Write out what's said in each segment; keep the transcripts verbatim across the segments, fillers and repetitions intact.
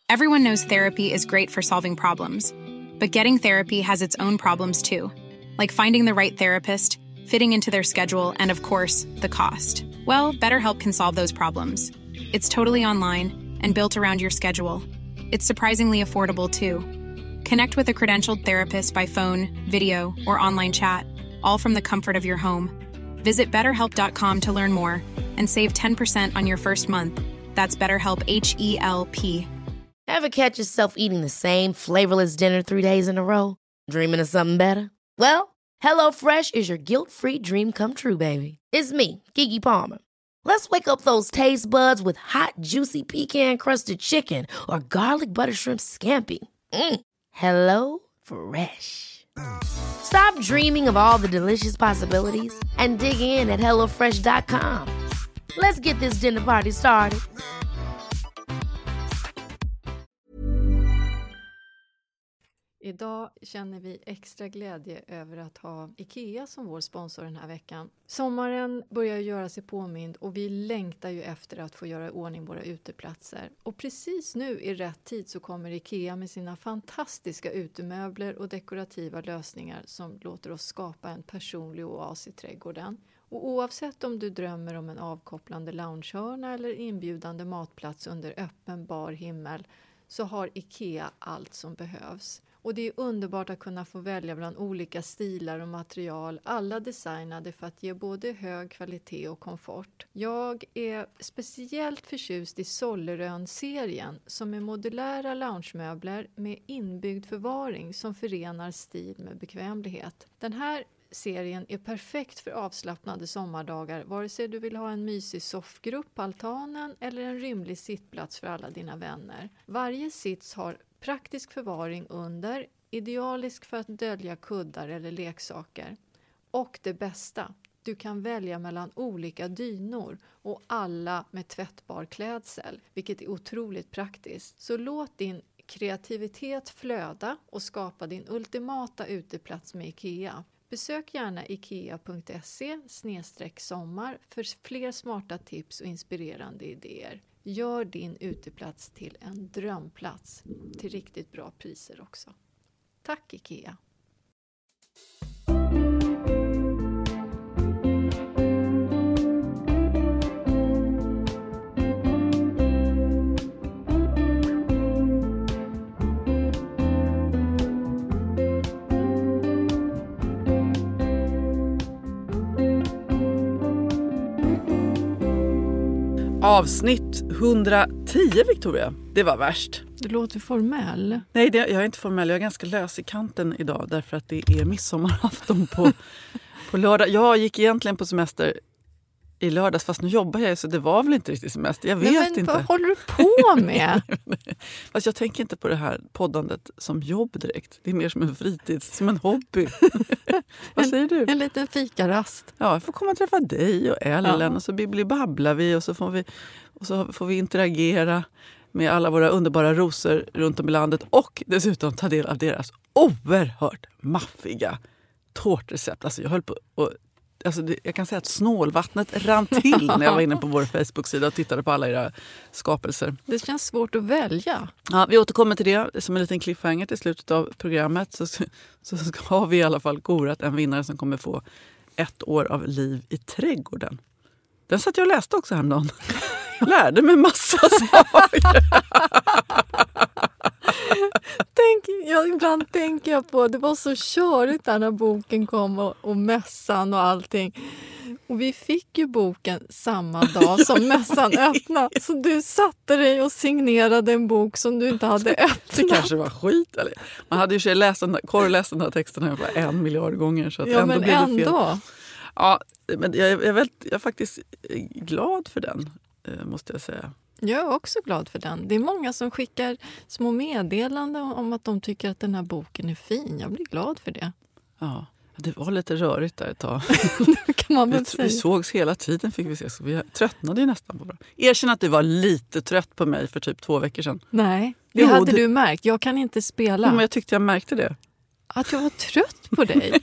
Everyone knows therapy is great for solving problems, but getting therapy has its own problems too, like finding the right therapist, fitting into their schedule, and of course, the cost. Well, BetterHelp can solve those problems. It's totally online and built around your schedule. It's surprisingly affordable too. Connect with a credentialed therapist by phone, video, or online chat, all from the comfort of your home. Visit better help dot com to learn more and save ten percent on your first month. That's BetterHelp, H E L P. Ever catch yourself eating the same flavorless dinner three days in a row? Dreaming of something better? Well, HelloFresh is your guilt-free dream come true, baby. It's me, Keke Palmer. Let's wake up those taste buds with hot, juicy pecan-crusted chicken or garlic butter shrimp scampi. Mm. Hello Fresh. Stop dreaming of all the delicious possibilities and dig in at hello fresh dot com. Let's get this dinner party started. Idag känner vi extra glädje över att ha IKEA som vår sponsor den här veckan. Sommaren börjar göra sig påmind och vi längtar ju efter att få göra i ordning våra uteplatser. Och precis nu i rätt tid så kommer IKEA med sina fantastiska utemöbler och dekorativa lösningar som låter oss skapa en personlig oas i trädgården. Och oavsett om du drömmer om en avkopplande loungehörna eller inbjudande matplats under öppen bar himmel så har IKEA allt som behövs. Och det är underbart att kunna få välja bland olika stilar och material, alla designade för att ge både hög kvalitet och komfort. Jag är speciellt förtjust i Sollerön-serien som är modulära loungemöbler med inbyggd förvaring som förenar stil med bekvämlighet. Den här serien är perfekt för avslappnade sommardagar, vare sig du vill ha en mysig soffgrupp på altanen eller en rymlig sittplats för alla dina vänner. Varje sits har praktisk förvaring under, idealisk för att dölja kuddar eller leksaker. Och det bästa, du kan välja mellan olika dynor och alla med tvättbar klädsel, vilket är otroligt praktiskt. Så låt din kreativitet flöda och skapa din ultimata uteplats med IKEA. Besök gärna ikea punkt se snedstreck sommar för fler smarta tips och inspirerande idéer. Gör din uteplats till en drömplats till riktigt bra priser också. Tack IKEA! Avsnitt hundratio, Victoria. Det var värst. Du låter formell. Nej, det, jag är inte formell. Jag är ganska lös i kanten idag därför att det är midsommarafton på, på lördag. Jag gick egentligen på semester i lördags, fast nu jobbar jag så det var väl inte riktigt semester. Jag vet Nej, men inte. Vad håller du på med? Fast jag tänker inte på det här poddandet som jobb direkt. Det är mer som en fritids, som en hobby. Vad säger du? En, en liten fikarast. Ja, jag får komma och träffa dig och Ellen Ja. och så blir babblar vi och så får vi och så får vi interagera med alla våra underbara rosor runt om i landet och dessutom ta del av deras oerhört maffiga tårtrecept. Alltså jag höll på och Alltså det, jag kan säga att snålvattnet rann till när jag var inne på vår Facebook-sida och tittade på alla era skapelser. Det känns svårt att välja. Ja, vi återkommer till det som en liten cliffhanger till slutet av programmet. Så, så har vi i alla fall korat en vinnare som kommer få ett år av liv i trädgården. Den satt jag och läste också häromdagen. Lärde mig massa saker. Tänk, jag, ibland tänker jag på, det var så körigt där när boken kom och, och mässan och allting. Och vi fick ju boken samma dag som mässan öppnade. Så du satte dig och signerade en bok som du inte hade öppnat. Det kanske var skit. Eller? Man hade ju sig läst den, korrläst den här texten här för en miljard gånger. Så att ja, ändå men blev det ändå. Fel. Ja, men jag, jag, är väldigt, jag är faktiskt glad för den, måste jag säga. Jag är också glad för den. Det är många som skickar små meddelanden om att de tycker att den här boken är fin. Jag blir glad för det. Ja, det var lite rörigt där ett tag. kan man väl vi, säga. vi sågs hela tiden, fick vi se. Så vi tröttnade ju nästan på det. Erkänn att du var lite trött på mig för typ två veckor sedan. Nej, det jo, hade det... du märkt. Jag kan inte spela. Ja, men jag tyckte jag märkte det. Att jag var trött på dig?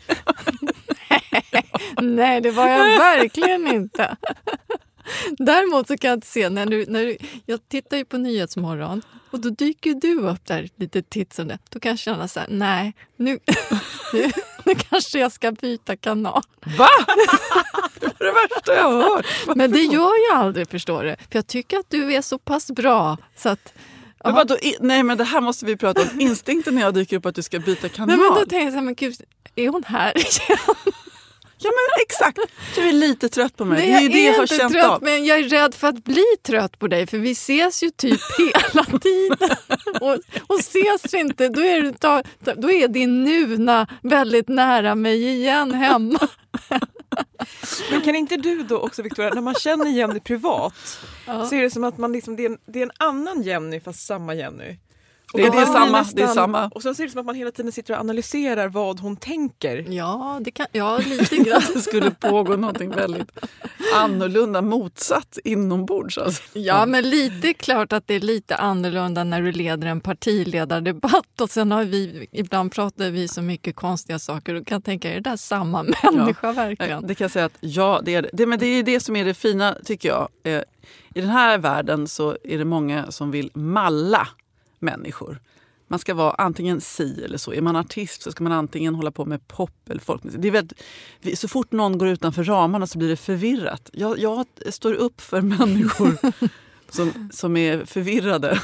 Nej, det var jag verkligen inte. Däremot så kan jag inte se, när du, när du, jag tittar ju på Nyhetsmorgon Och då dyker du upp där lite titt som det. Då kan jag känna så här, nej, nu, nu, nu kanske jag ska byta kanal. Va? Det var det värsta jag har hört. Varför Men det då? gör jag aldrig, förstår du. För jag tycker att du är så pass bra så att... Men vadå, i- nej men det här måste vi prata om. Instinkten när jag dyker upp att du ska byta kanal. Nej, men då tänker jag så här, men gud, är hon här igen? Ja men exakt. Du är lite trött på mig. Nej, det är ju jag det jag är har inte känt trött, av. men jag är rädd för att bli trött på dig. För vi ses ju typ hela tiden. Och, och ses vi inte, då är, det, ta- då är din nuna väldigt nära mig igen hemma. Men kan inte du då också, Victoria, när man känner Jenny privat Ja. så är det som att man liksom, det, är en, det är en annan Jenny fast samma Jenny. Och Det är då det har man samma, nästan- det är samma. Och sen så är det som att man hela tiden sitter och analyserar vad hon tänker. Ja, det kan, ja, lite grann. Det skulle pågå någonting väldigt annorlunda, motsatt inombords. Alltså. Ja, men lite klart att det är lite annorlunda när du leder en partiledardebatt. Och sen har vi, ibland pratar vi så mycket konstiga saker och kan tänka, är det där samma människa verkligen? Det kan jag säga att ja, det är det. det. Men det är det som är det fina, tycker jag. Eh, I den här världen så är det många som vill malla människor. Man ska vara antingen si eller så. Är man artist så ska man antingen hålla på med pop eller folkmusik. Det är väldigt, så fort någon går utanför ramarna så blir det förvirrat. Jag, jag står upp för människor som, som är förvirrade.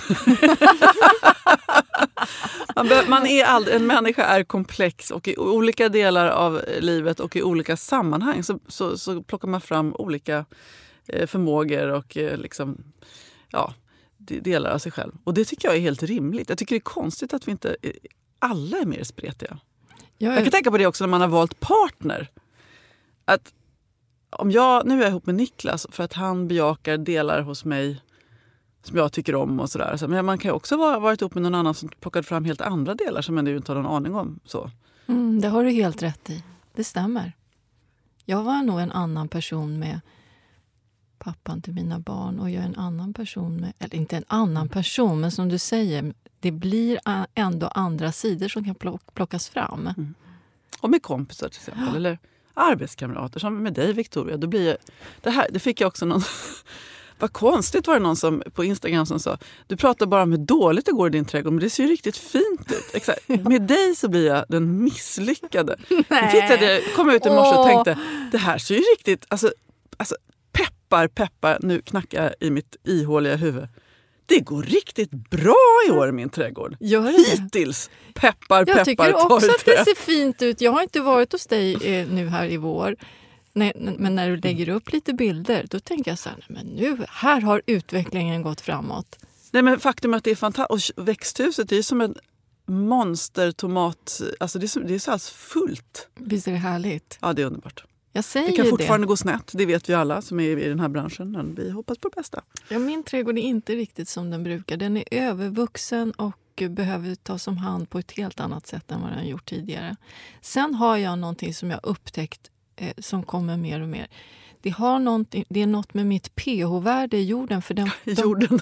man, be, man är aldrig, en människa är komplex och i olika delar av livet och i olika sammanhang så, så, så plockar man fram olika eh, förmågor och eh, liksom, ja, delar av sig själv. Och det tycker jag är helt rimligt. Jag tycker det är konstigt att vi inte alla är mer spretiga. Jag, Jag kan tänka på det också när man har valt partner. Att om jag, nu är jag ihop med Niklas för att han bejakar delar hos mig som jag tycker om och sådär. Men man kan ju också ha varit ihop med någon annan som plockade fram helt andra delar som man ju inte har någon aning om. Så. mm, det har du helt rätt i. Det stämmer. Jag var nog en annan person med pappan till mina barn och jag är en annan person med, eller inte en annan person, men som du säger, det blir ändå andra sidor som kan plockas fram. Mm. Och med kompisar till exempel, eller arbetskamrater som med dig, Victoria. Då blir jag, det här, det fick jag också någon... Vad konstigt var det någon som på Instagram som sa, du pratar bara om hur dåligt det går i din trädgård, men det ser ju riktigt fint ut. Exakt. Med dig så blir jag den misslyckade. Jag, tittade, jag kom ut i morse och tänkte, det här ser ju riktigt, alltså, alltså peppar, peppar, nu knackar jag i mitt ihåliga huvud. Det går riktigt bra i år i min trädgård. Gör det? Hittills. Peppar, jag peppar, Jag tycker också torrträ. att det ser fint ut. Jag har inte varit hos dig eh, nu här i vår. Nej, men när du lägger upp lite bilder, då tänker jag så här, nej, men nu, här har utvecklingen gått framåt. Nej, men faktum är att det är fantastiskt. Och växthuset är ju som en monstertomat. Alltså det är så, det är så alls fullt. Visst är det härligt? Ja, det är underbart. Jag säger Det kan det. fortfarande gå snett, det vet vi alla som är i den här branschen. Men vi hoppas på det bästa. Ja, min trädgård är inte riktigt som den brukar. Den är övervuxen och behöver tas om hand på ett helt annat sätt än vad den gjort tidigare. Sen har jag någonting som jag upptäckt eh, som kommer mer och mer. Det, har någonting, det är något med mitt pH-värde i jorden. För den, de, Jorden.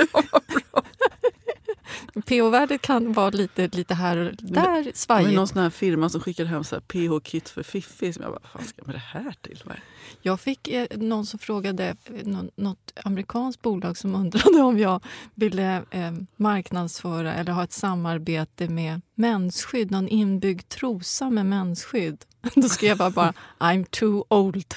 pH-värdet kan vara lite, lite här och där Det svajigt. är någon sån här firma som skickar hem så här pH-kit för fiffi. Som jag bara, vad fan ska jag med det här till? Jag fick eh, någon som frågade, eh, nå- något amerikanskt bolag som undrade om jag ville eh, marknadsföra eller ha ett samarbete med mensskydd, någon inbyggd trosa med mensskydd. Då skrev jag bara, bara I'm too old.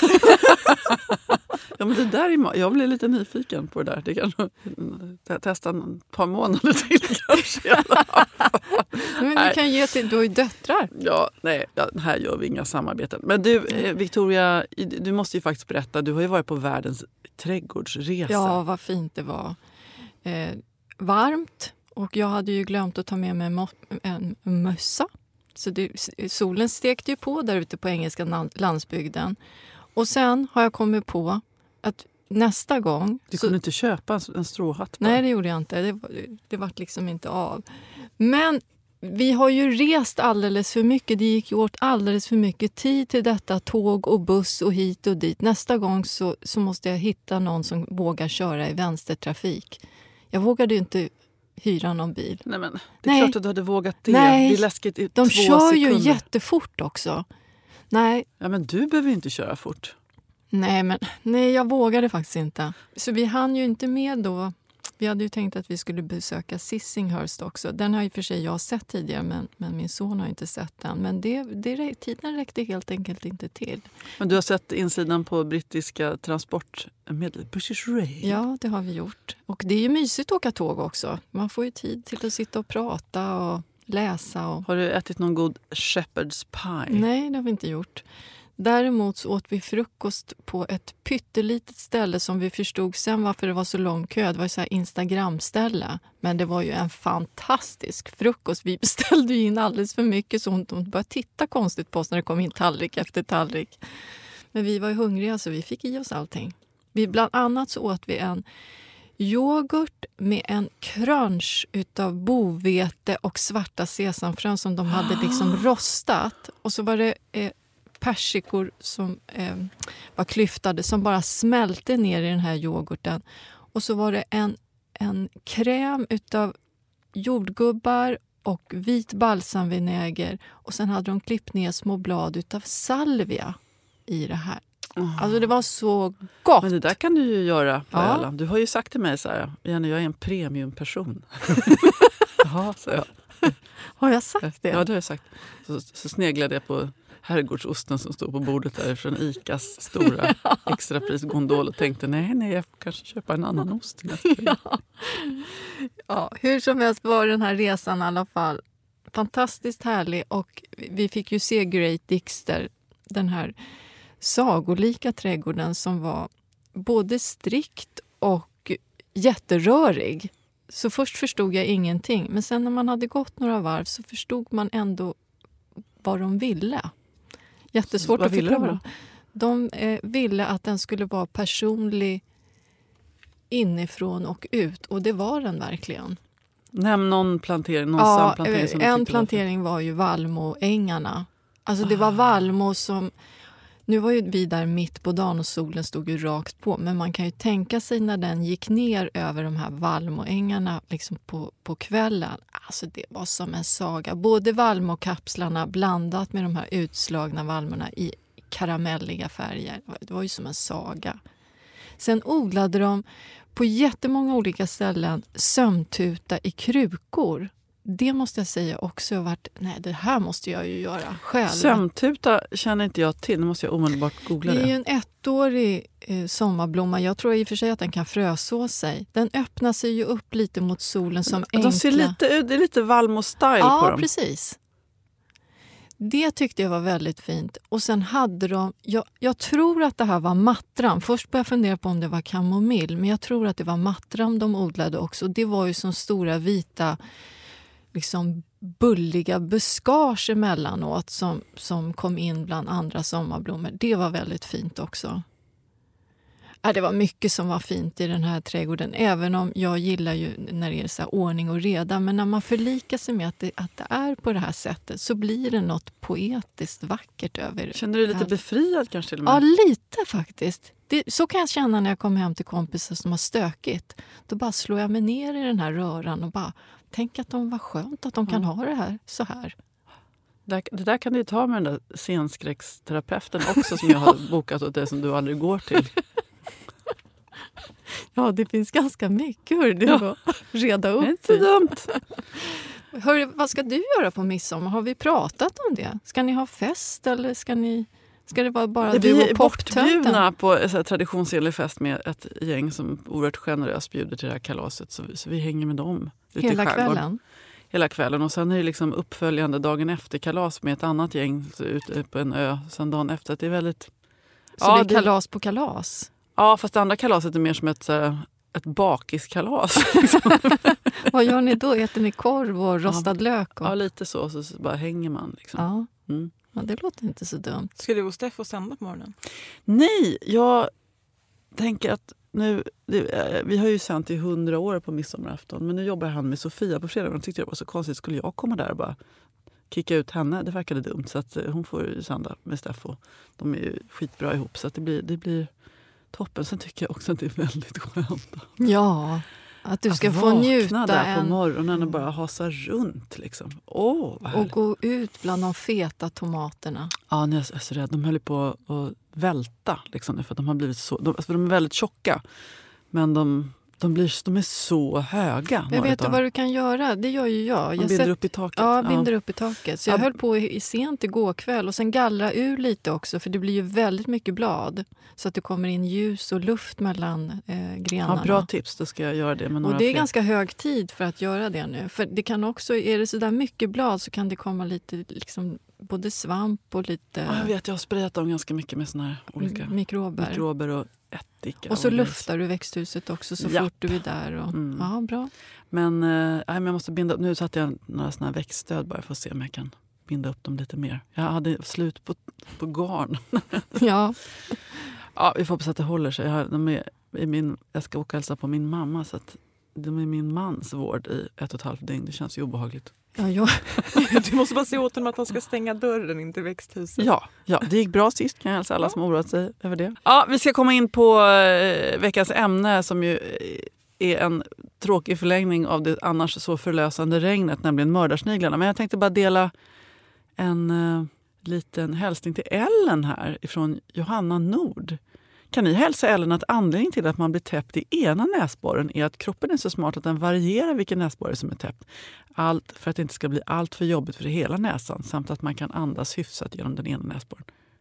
Ja, men det där är, jag blir lite nyfiken på det där. Det kan jag testa ett par månader till kanske. Men du kan ge till, du har ju döttrar. Ja, nej, ja, här gör vi inga samarbeten. Men du, eh, Victoria, du måste ju faktiskt berätta. Du har ju varit på världens trädgårdsresa. Ja, vad fint det var. Eh, varmt och jag hade ju glömt att ta med mig må- en mössa. Så det, solen stekte ju på där ute på engelska na- landsbygden. Och sen har jag kommit på att nästa gång... Du så, kunde inte köpa en, en stråhatt? Bara. nej, det gjorde jag inte. Det, det var liksom inte av. Men vi har ju rest alldeles för mycket. Det gick ju åt alldeles för mycket tid till detta. Tåg och buss och hit och dit. Nästa gång så, så måste jag hitta någon som vågar köra i vänstertrafik. Jag vågade ju inte hyra någon bil. Nej, men det är Nej. klart att du hade vågat det. Nej. Det är läskigt i De två kör sekunder. ju jättefort också. Nej, Ja, men du behöver ju inte köra fort. nej, men nej, jag vågade faktiskt inte. Så vi hann ju inte med då Vi hade ju tänkt att vi skulle besöka Sissinghurst också. Den har ju för sig jag sett tidigare, men, men min son har inte sett den. Men det, det, tiden räckte helt enkelt inte till. Men du har sett insidan på brittiska transportmedel, British Rail? Ja, det har vi gjort. Och det är ju mysigt att åka tåg också. Man får ju tid till att sitta och prata och läsa. Och... Har du ätit någon god shepherd's pie? Nej, det har vi inte gjort. Däremot så åt vi frukost på ett pyttelitet ställe som vi förstod sen varför det var så lång kö. Det var så här Instagram-ställe. Men det var ju en fantastisk frukost. Vi beställde ju in alldeles för mycket så hon, hon började titta konstigt på oss när det kom in tallrik efter tallrik. Men vi var ju hungriga så vi fick i oss allting. Vi, bland annat så åt vi en yoghurt med en crunch utav bovete och svarta sesamfrön som de hade liksom rostat. Och så var det... Eh, persikor som eh, var klyftade som bara smälte ner i den här yoghurten. Och så var det en, en kräm utav jordgubbar och vit balsamvinäger. Och sen hade de klippt ner små blad utav salvia i det här. Oh. Alltså det var så gott. Men det där kan du ju göra på ja. Öland. Du har ju sagt till mig så här, Jenny, jag är en premiumperson. Jaha, så jag. Har jag sagt det? Ja, det har jag sagt. Så, så sneglade jag på herrgårdsosten som stod på bordet där från Icas stora extraprisgondol och tänkte nej, nej, jag får kanske köpa en annan ost nästa gång. Ja. Ja, hur som helst var den här resan i alla fall fantastiskt härlig och vi fick ju se Great Dixter, den här sagolika trädgården som var både strikt och jätterörig. Så först förstod jag ingenting, men sen när man hade gått några varv så förstod man ändå vad de ville. Jättesvårt att förklara. De eh, ville att den skulle vara personlig inifrån och ut. Och det var den verkligen. Nämn någon plantering, någon ja, samplantering som en plantering var, var ju Vallmoängarna. Alltså det var vallmo som... Nu var ju vi där mitt på dagen och solen stod ju rakt på. Men man kan ju tänka sig när den gick ner över de här vallmoängarna liksom på, på kvällen. Alltså det var som en saga. Både vallmokapslarna blandat med de här utslagna vallmorna i karamelliga färger. Det var ju som en saga. Sen odlade de på jättemånga olika ställen sömntuta i krukor. Det måste jag säga också har varit, nej det här måste jag ju göra själv. Sömntuta känner inte jag till, nu måste jag omedelbart googla det. Det är ju en ettårig eh, sommarblomma, jag tror i och för sig att den kan fröså sig. Den öppnar sig ju upp lite mot solen som de enkla. ser lite, det är lite Vallmo-style ja, på dem. Ja, precis. Det tyckte jag var väldigt fint. Och sen hade de, jag, jag tror att det här var mattram. Först började jag fundera på om det var kamomill, men jag tror att det var mattram de odlade också. Det var ju som stora vita... liksom bulliga buskage emellanåt som, som kom in bland andra sommarblommor. Det var väldigt fint också. Ja, det var mycket som var fint i den här trädgården. Även om jag gillar ju när det är så här ordning och reda. Men när man förlikar sig med att det, att det är på det här sättet så blir det något poetiskt vackert över. Känner du dig lite befriad kanske till och med? Ja, lite faktiskt. Det, så kan jag känna när jag kommer hem till kompisar som har stökigt. Då bara slår jag mig ner i den här röran och bara... Tänk att de var skönt att de kan ha det här så här. Det, det där kan du ju ta med den där scenskräcksterapeuten också som jag har bokat åt dig som du aldrig går till. Ja, det finns ganska mycket hur det ja. Reda upp. Det är inte dumt. Hör, vad ska du göra på midsommar? Har vi pratat om det? Ska ni ha fest eller ska ni... Ska det vara bara det du och Vi är poptönten? bortbjudna på en traditionsenlig fest med ett gäng som oerhört generöst bjuder till det här kalaset. Så vi, så vi hänger med dem ute Hela i skärgården. kvällen? Hela kvällen. Och sen är det liksom uppföljande dagen efter kalas med ett annat gäng ute på en ö. Sen dagen efter. Det är väldigt... Så ja, det är kalas det... på kalas? Ja, fast det andra kalaset är mer som ett, ett bakiskalas. Vad gör ni då? Äter ni korv och rostad ja, lök? Och... Ja, lite så. Så, så bara hänger man. Liksom. Ja. Mm. Ja, det låter inte så dumt. Ska du och Steffo sända på morgonen? Nej, jag tänker att nu... Det, vi har ju sänt i hundra år på midsommarafton. Men nu jobbar han med Sofia på fredag. Och tyckte det var så konstigt. Skulle jag komma där och bara kicka ut henne? Det verkade dumt. Så att hon får ju sända med Steffo. De är ju skitbra ihop. Så att det blir, det blir toppen. Sen tycker jag också att det är väldigt skönt. Ja, att du ska att få njuta där en... på morgonen och bara hasa runt liksom. Åh, vad och gå ut bland de feta tomaterna. Ja, jag är så rädd. De höll på att välta liksom, för att de har blivit så... De, alltså, de är väldigt tjocka. Men de De, blir, de är så höga. Jag vet du vad du kan göra? Det gör ju jag. Man jag binder sett, upp i taket. Ja, binder upp i taket. Så jag Ja. höll på i, i sent igår kväll och sen gallra ur lite också för det blir ju väldigt mycket blad. Så att det kommer in ljus och luft mellan eh, grenarna. Ja, bra tips, då ska jag göra det med några Och det är fler. ganska hög tid för att göra det nu. För det kan också, är det så där mycket blad så kan det komma lite liksom, både svamp och lite Ja, jag vet, jag har sprayat dem ganska mycket med såna här olika mikrober. mikrober och ättika. Och så och luftar du växthuset också så Japp. fort du är där. Och, Mm. Ja, bra. Men, eh, nej, men jag måste binda upp. Nu satte jag några såna här växtstöd bara för att se om jag kan binda upp dem lite mer. Jag hade slut på, på garn. Ja. Ja, vi får hoppas att det håller sig. Jag, har, de är i min, jag ska åka och hälsa på min mamma så att de är min mans vård i ett och ett halvt dygn. Det känns ju obehagligt. Ja, ja. Du måste bara se åt honom att han ska stänga dörren in till växthuset. Ja, ja, det gick bra sist kan jag hälsa alla som oroat sig över det. Ja, vi ska komma in på eh, veckans ämne som ju är en tråkig förlängning av det annars så förlösande regnet, nämligen mördarsniglarna. Men jag tänkte bara dela en eh, liten hälsning till Ellen här ifrån Johanna Nord. Kan ni hälsa Ellen att anledningen till att man blir täppt i ena näsborren är att kroppen är så smart att den varierar vilken näsborre som är täppt. Allt för att det inte ska bli allt för jobbigt för hela näsan samt att man kan andas hyfsat genom den ena näsborren.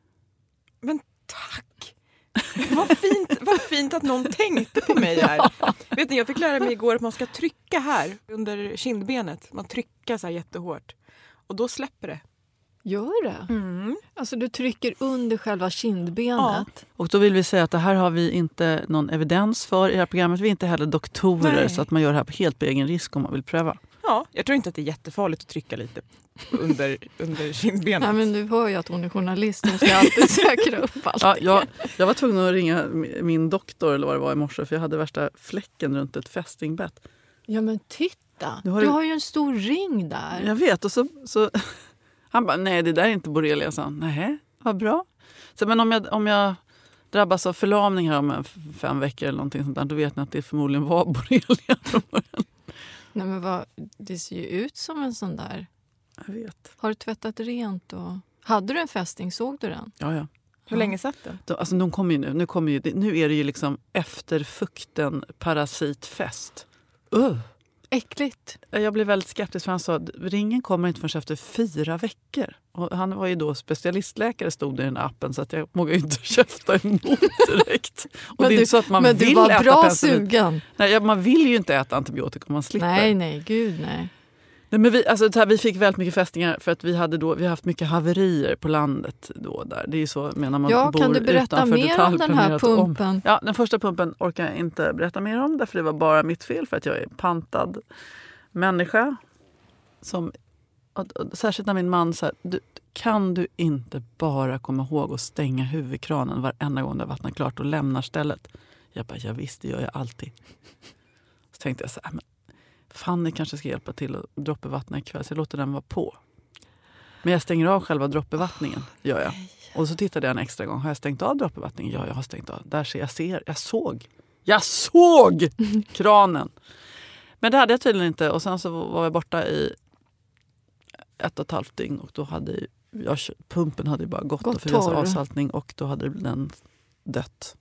Men tack! Vad fint, vad fint att någon tänkte på mig här. Vet ni, jag fick lära mig igår att man ska trycka här under kindbenet. Man trycker så här jättehårt. Och då släpper det. Gör det? Mm. Alltså du trycker under själva kindbenet. Och då vill vi säga att det här har vi inte någon evidens för i det här programmet. Vi är inte heller doktorer. Nej. Så att man gör det här helt på egen risk om man vill pröva. Ja, jag tror inte att det är jättefarligt att trycka lite under, under kindbenet. Nej, men du hör ju att hon är journalist. Hon ska alltid säkra upp allt. Ja, jag, jag var tvungen att ringa min doktor eller vad det var i morse för jag hade värsta fläcken runt ett fästingbett. Ja, men titta. Nu har Du du- har ju en stor ring där. Jag vet och så... så han bara, nej det där är inte borrelia, sa han. Nej, vad bra. Så, men om jag, om jag drabbas av förlamning här om en f- fem veckor eller någonting sånt där, då vet ni att det förmodligen var borrelia från början. Nej, men vad, det ser ju ut som en sån där. Jag vet. Har du tvättat rent? Och... Hade du en fästing? Såg du den? Ja, ja. Hur länge satt den? De, alltså, de kommer ju nu. Nu, kommer ju, nu är det ju liksom efterfukten parasitfest. Uh. Äckligt. Jag blev väldigt skeptisk för han sa att ringen kommer inte förrän efter fyra veckor. Och han var ju då specialistläkare stod det i den appen så att jag vågar ju inte käfta emot direkt. Och Men det är du- inte så att man men vill du var äta bra penicillin. sugen. Nej, ja, man vill ju inte äta antibiotika om man slipper. Nej, nej, gud nej. Nej, men vi, alltså, det här, vi fick väldigt mycket fästingar för att vi hade då, vi har haft mycket haverier på landet. Då, där. Det är ju så menar man Ja, bor kan du berätta utanför mer om den här detaljplanerat om- pumpen? Ja, den första pumpen orkar jag inte berätta mer om därför det var bara mitt fel för att jag är pantad människa. Som, och, och, särskilt när min man sa, du, kan du inte bara komma ihåg att stänga huvudkranen varenda gång det vattnar klart och lämnar stället? Jag bara, ja, visst, det gör jag alltid. Så tänkte jag så här, men Fanny kanske ska hjälpa till att droppevattna ikväll så jag låter den vara på. Men jag stänger av själva droppevattningen, gör jag. Och så tittade jag en extra gång. Har jag stängt av droppevattningen? Ja, jag har stängt av. Där ser jag, ser, jag såg. Jag såg kranen. Men det hade jag tydligen inte. Och sen så var jag borta i ett och ett halvt dygn. Och då hade jag, pumpen hade ju bara gått, Gått och fördes torr. avsaltning. Och då hade den dött.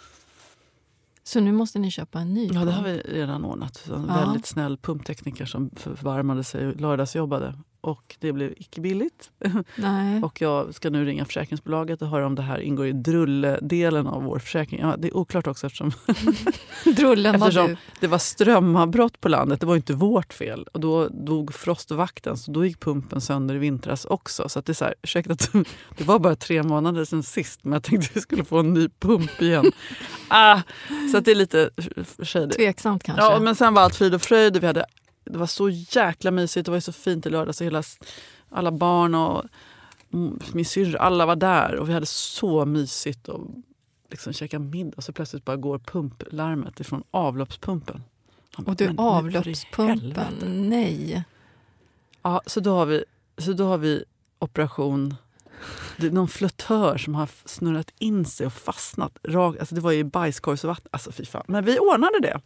Så nu måste ni köpa en ny Ja, det pump. har vi redan ordnat. Så en Ja. väldigt snäll pumptekniker som förvarmade sig och lördagsjobbade. Och det blev icke billigt. Nej. Och jag ska nu ringa försäkringsbolaget och höra om det här ingår i drulledelen av vår försäkring. Ja, det är oklart också eftersom, Drullen var eftersom du. det var strömavbrott på landet. Det var inte vårt fel. Och då dog frostvakten så då gick pumpen sönder i vintras också. Så att det är så här, ursäkta, det var bara tre månader sedan sist men jag tänkte att vi skulle få en ny pump igen. ah, så att det är lite för sig det. Tveksamt kanske. Ja, men sen var allt frid och fröjd. Vi hade, det var så jäkla mysigt. Det var ju så fint i lördag. Så hela, alla barn och min syrra, alla var där. Och vi hade så mysigt och liksom käka middag. Och så plötsligt bara går pumplarmet ifrån avloppspumpen. Han bara, Och du, "Men nu för i avloppspumpen, helvete." nej. Ja, så då har vi, så då har vi operation... Det är någon flottör som har snurrat in sig och fastnat. Rag, alltså det var ju bajskorvsvatten. Alltså fy fan. Men vi ordnade det.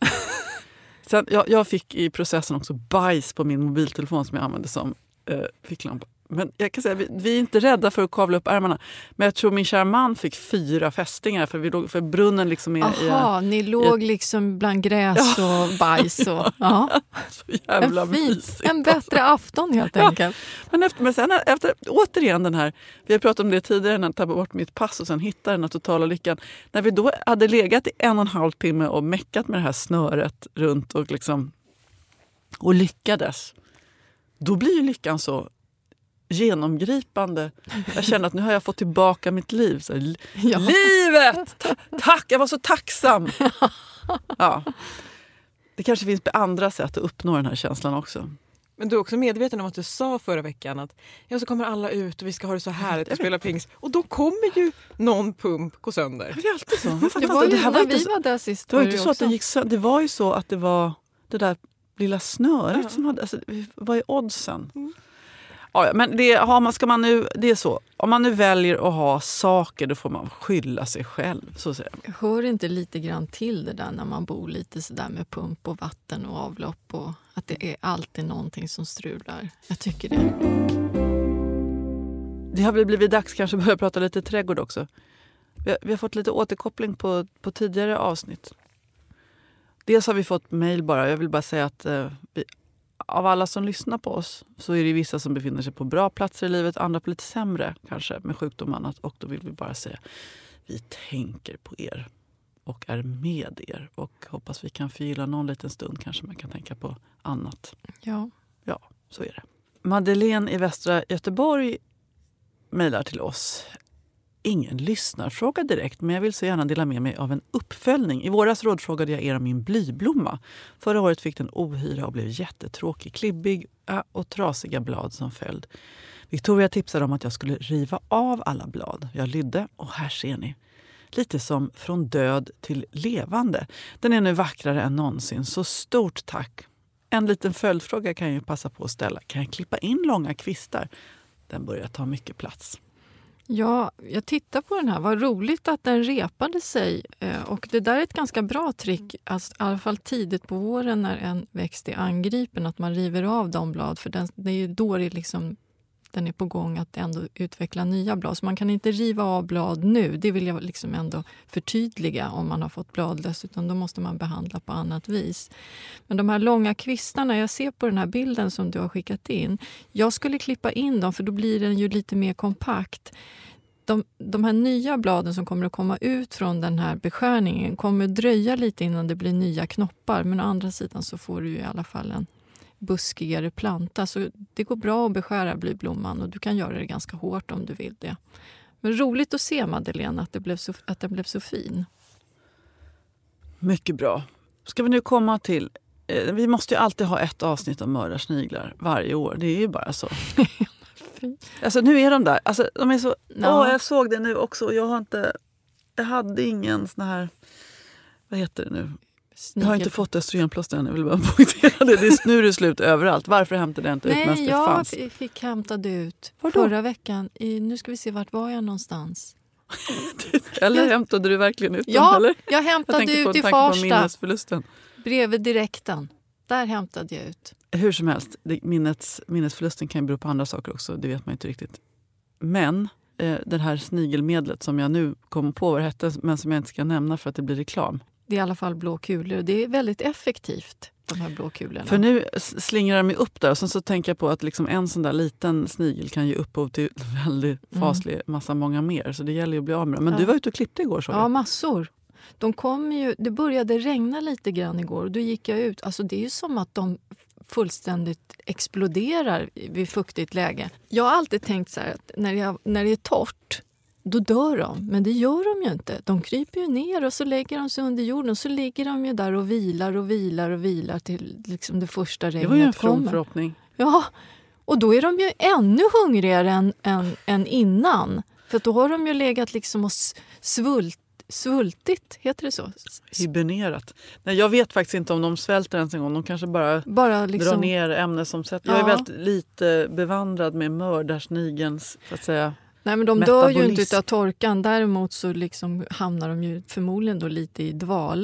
Sen, jag, jag fick i processen också bajs på min mobiltelefon som jag använde som eh, ficklampa. Men jag kan säga, vi, vi är inte rädda för att kavla upp ärmarna. Men jag tror min kära man fick fyra fästingar för, vi låg, för brunnen liksom är... Jaha, ni låg liksom bland gräs ja. och bajs. Och, ja. Så jävla en, fin, mysigt. en bättre afton helt enkelt. Ja. Men, efter, men sen efter, återigen den här, vi har pratat om det tidigare när jag tappade bort mitt pass och sen hittade den här totala lyckan. När vi då hade legat i en och en halv timme och meckat med det här snöret runt och liksom och lyckades. Då blir ju lyckan så genomgripande. Jag känner att nu har jag fått tillbaka mitt liv. Så, ja. Livet! Ta- tack! Jag var så tacksam! Ja. Det kanske finns andra sätt att uppnå den här känslan också. Men du är också medveten om att du sa förra veckan att ja, så kommer alla ut och vi ska ha det så härligt och spela pingis. Och då kommer ju någon pump gå sönder. Det är alltid så. Det var ju det här när var inte vi så, var där sist. Det var inte så att det gick sönder. Det var ju så att det var det där lilla snöret ja. som hade... Alltså, vad är oddsen? Mm. Ja, men det, har man, ska man nu, det är så. Om man nu väljer att ha saker, då får man skylla sig själv. Så säger jag. Hör inte lite grann till det där när man bor lite så där med pump och vatten och avlopp och att det är alltid någonting som strular. Jag tycker det. Det har väl blivit dags kanske att börja prata lite trädgård också. Vi har, vi har fått lite återkoppling på, på tidigare avsnitt. Dels har vi fått mejl bara. Jag vill bara säga att eh, vi, av alla som lyssnar på oss så är det vissa som befinner sig på bra platser i livet, andra på lite sämre kanske med sjukdom och annat. Och då vill vi bara säga vi tänker på er och är med er och hoppas vi kan förgylla någon liten stund. Kanske man kan tänka på annat. Ja. Ja, så är det. Madeleine i Västra Göteborg mejlar till oss. Ingen lyssnarfråga direkt, men jag vill så gärna dela med mig av en uppföljning. I våras rådfrågade jag er om min blyblomma. Förra året fick den ohyra och blev jättetråkig, klibbig och trasiga blad som följd. Victoria tipsade om att jag skulle riva av alla blad. Jag lydde och här ser ni. Lite som från död till levande. Den är nu vackrare än någonsin, så stort tack. En liten följdfråga kan jag ju passa på att ställa. Kan jag klippa in långa kvistar? Den börjar ta mycket plats. Ja, jag tittar på den här. Vad roligt att den repade sig. Och det där är ett ganska bra trick, alltså, i alla fall tidigt på våren när en växt är angripen, att man river av de blad. För den, det är ju då det liksom, den är på gång att ändå utveckla nya blad. Så man kan inte riva av blad nu. Det vill jag liksom ändå förtydliga om man har fått bladlöss. Utan då måste man behandla på annat vis. Men de här långa kvistarna, jag ser på den här bilden som du har skickat in. Jag skulle klippa in dem för då blir den ju lite mer kompakt. De, de här nya bladen som kommer att komma ut från den här beskärningen kommer att dröja lite innan det blir nya knoppar. Men å andra sidan så får du ju i alla fall en buskigare planta. Så det går bra att beskära blyblomman och du kan göra det ganska hårt om du vill det. Men roligt att se, Madeleine, att, det blev så, att den blev så fin. Mycket bra. Ska vi nu komma till... Eh, vi måste ju alltid ha ett avsnitt om mördarsniglar varje år. Det är ju bara så. Alltså nu är de där. Alltså, de är så... Ja. Åh, jag såg det nu också. Och jag har inte... Jag hade ingen sån här... Vad heter det nu? Jag har inte fått östrogenplåster än, jag vill bara poängtera det. Det är nu är det slut överallt. Varför hämtade jag inte ut Nej, mest det jag fanns? fick hämtade ut Var förra veckan. I, nu ska vi se, vart var jag någonstans? Eller jag, hämtade du verkligen ut ja, dem? Eller? Jag hämtade jag ut på, i Farsta. Minnesförlusten. Bredvid direkten. Där hämtade jag ut. Hur som helst, det, minnets, minnesförlusten kan ju bero på andra saker också. Det vet man inte riktigt. Men eh, det här snigelmedlet som jag nu kommer på vad det hette, men som jag inte ska nämna för att det blir reklam. Det är i alla fall blå kulor. Det är väldigt effektivt, de här blå kulorna. För nu slingrar de upp där och sen så tänker jag på att liksom en sån där liten snigel kan ge upphov till väldigt faslig mm. massa många mer. Så det gäller ju att bli av med dem. Men ja. Du var ute och klippte igår, så. Ja, massor. De kom ju, det började regna lite grann igår och då gick jag ut. Alltså det är ju som att de fullständigt exploderar vid fuktigt läge. Jag har alltid tänkt så här att när, jag, när det är torrt, då dör de. Men det gör de ju inte. De kryper ju ner och så lägger de sig under jorden. Och så ligger de ju där och vilar och vilar och vilar till liksom det första regnet kommer. Det var ju en from förhoppning. Ja, och då är de ju ännu hungrigare än, än, än innan. För då har de ju legat liksom och svult, svultit, heter det så? Hibernerat. Nej, jag vet faktiskt inte om de svälter ens en gång. De kanske bara, bara liksom drar ner ämnesomsättning. Ja. Jag är väldigt lite bevandrad med mördarsnigens, så att säga. Nej, men de dör ju inte av torkan. Däremot så liksom hamnar de ju förmodligen då lite i dvala.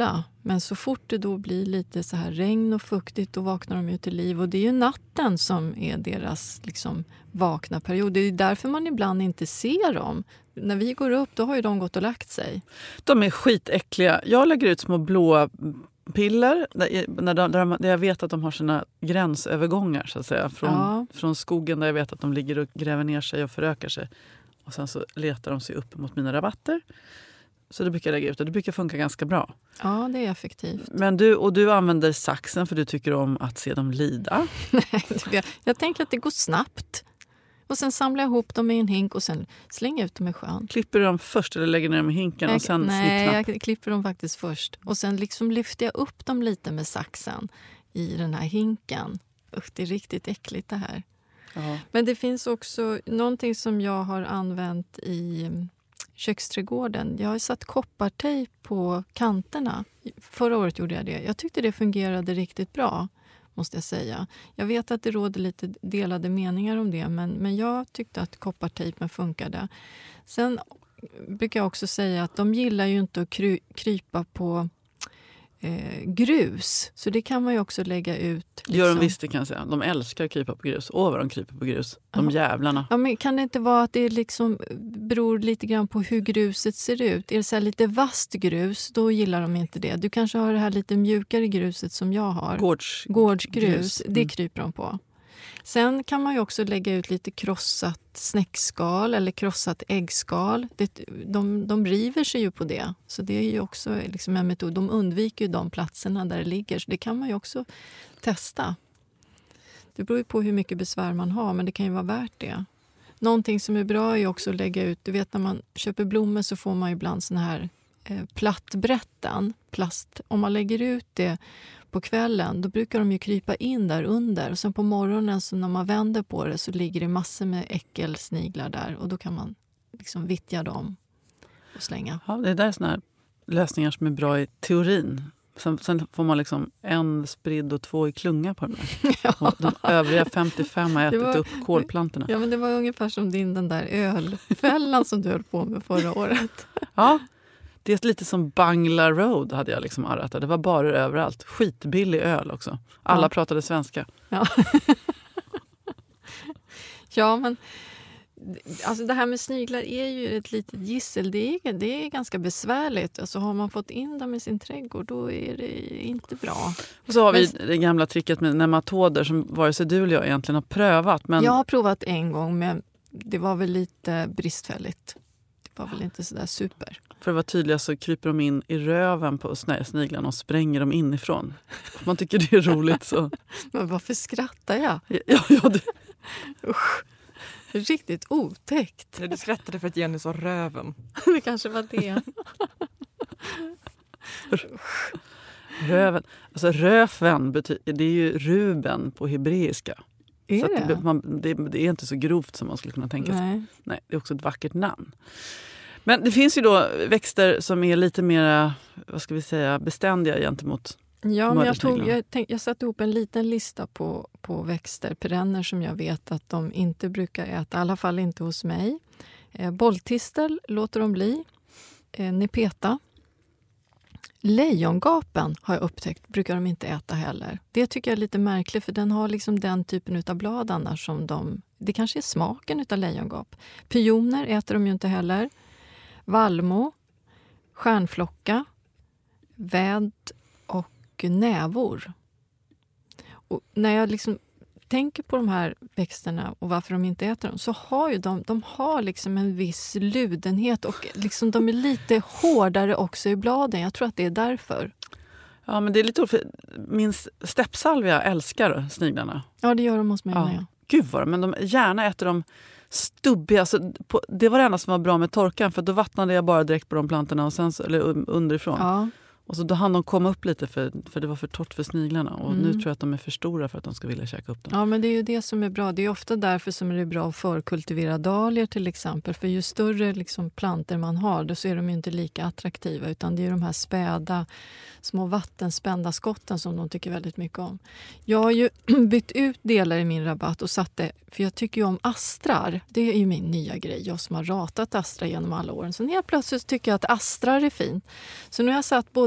Men så fort det då blir lite så här regn och fuktigt, då vaknar de ju till liv. Och det är ju natten som är deras liksom vakna period. Det är därför man ibland inte ser dem. När vi går upp, då har ju de gått och lagt sig. De är skitäckliga. Jag lägger ut små blåa piller där, där, de, där jag vet att de har sina gränsövergångar så att säga. Från, ja. från skogen där jag vet att de ligger och gräver ner sig och förökar sig. Och sen så letar de sig upp mot mina rabatter. Så det brukar jag lägga ut och det brukar funka ganska bra. Ja, det är effektivt. Men du, och du använder saxen för du tycker om att se dem lida? Nej, jag, jag tänker att det går snabbt. Och sen samlar jag ihop dem i en hink och sen slänger ut dem i sjön. Klipper du dem först eller lägger ner dem i hinken jag, och sen nej, snippknapp? Jag klipper dem faktiskt först. Och sen liksom lyfter jag upp dem lite med saxen i den här hinken. Usch, det är riktigt äckligt det här. Ja. Men det finns också någonting som jag har använt i köksträdgården. Jag har satt koppartejp på kanterna. Förra året gjorde jag det. Jag tyckte det fungerade riktigt bra, måste jag säga. Jag vet att det råder lite delade meningar om det, men, men jag tyckte att koppartejpen funkade. Sen brukar jag också säga att de gillar ju inte att kry, krypa på eh, grus. Så det kan man ju också lägga ut. Liksom. Gör de visst, det kan jag säga. De älskar att krypa på grus. Åh, vad de kryper på grus. De Aha. jävlarna. Ja, men kan det inte vara att det liksom beror lite grann på hur gruset ser ut? Är det så här lite vasst grus, då gillar de inte det. Du kanske har det här lite mjukare gruset som jag har. Gårds... Gårdsgrus, grus. Mm. det kryper de på. Sen kan man ju också lägga ut lite krossat snäckskal eller krossat äggskal. Det, de, de river sig ju på det. Så det är ju också liksom en metod. De undviker ju de platserna där det ligger. Så det kan man ju också testa. Det beror ju på hur mycket besvär man har, men det kan ju vara värt det. Någonting som är bra är också att lägga ut, du vet när man köper blommor så får man ibland såna här eh, plattbrätten, plast. Om man lägger ut det på kvällen, då brukar de ju krypa in där under. Och sen på morgonen så när man vänder på det så ligger det massor med äckelsniglar där. Och då kan man liksom vittja dem och slänga. Ja, det är där såna här lösningar som är bra i teorin. Sen, sen får man liksom en spridd och två i klunga på den där. Ja. De övriga femtiofem har ätit var, upp kolplantorna. Ja, men det var ungefär som din den där ölfällan som du höll på med förra året. Ja, det är lite som Bangla Road hade jag liksom arrat. Det var bara överallt. Skitbillig öl också. Alla ja. pratade svenska. Ja. Ja, men alltså det här med sniglar är ju ett litet gissel. Det är, det är ganska besvärligt. Alltså har man fått in dem i sin trädgård, då är det inte bra. Och så har vi men, det gamla tricket med nematoder som vare sig du eller jag egentligen har prövat. Men... Jag har provat en gång, men det var väl lite bristfälligt. Det var väl inte sådär super. För att vara tydliga så kryper de in i röven på sniglarna och spränger dem inifrån. Man tycker det är roligt så. Men varför skrattar jag? Ja, ja, det... Usch. Riktigt otäckt. Du skrattade för att Jenny sa röven. Det kanske var det. Röven. Alltså röven betyder, det är ju Ruben på hebreiska. Är så det? Att det, man, det? Det är inte så grovt som man skulle kunna tänka sig. Nej. Nej, det är också ett vackert namn. Men det finns ju då växter som är lite mer, vad ska vi säga, beständiga gentemot Ja, men jag, tog, jag, tänk, jag satte ihop en liten lista på, på växter, perenner som jag vet att de inte brukar äta, i alla fall inte hos mig. Eh, bolltistel låter de bli. Eh, nepeta. Lejongapen har jag upptäckt, brukar de inte äta heller. Det tycker jag är lite märkligt, för den har liksom den typen av blad annars som de... Det kanske är smaken av lejongap. Pioner äter de ju inte heller. Vallmo, stjärnflocka, väd och nävor. Och när jag liksom tänker på de här växterna och varför de inte äter dem, så har ju de, de har liksom en viss ludenhet och liksom de är lite hårdare också i bladen. Jag tror att det är därför. Ja, men det är lite för min steppsalvia älskar sniglarna. Ja, det gör de hos mig ja. med. Gud vad, men de gärna äter de stubbiga. Alltså, på, det var det enda som var bra med torkan, för då vattnade jag bara direkt på de plantorna och sen, eller underifrån. Ja. Och så då hann de komma upp lite för, för det var för torrt för sniglarna. Och Mm. nu tror jag att de är för stora för att de ska vilja käka upp dem. Ja, men det är ju det som är bra. Det är ofta därför som det är bra att förkultivera dahlior till exempel. För ju större liksom planter man har, då så är de ju inte lika attraktiva. Utan det är de här späda, små vattenspända skotten som de tycker väldigt mycket om. Jag har ju bytt ut delar i min rabatt och satte, för jag tycker ju om astrar. Det är ju min nya grej. Jag som har ratat astrar genom alla åren. Så helt plötsligt tycker jag att astrar är fint. Så nu har jag satt både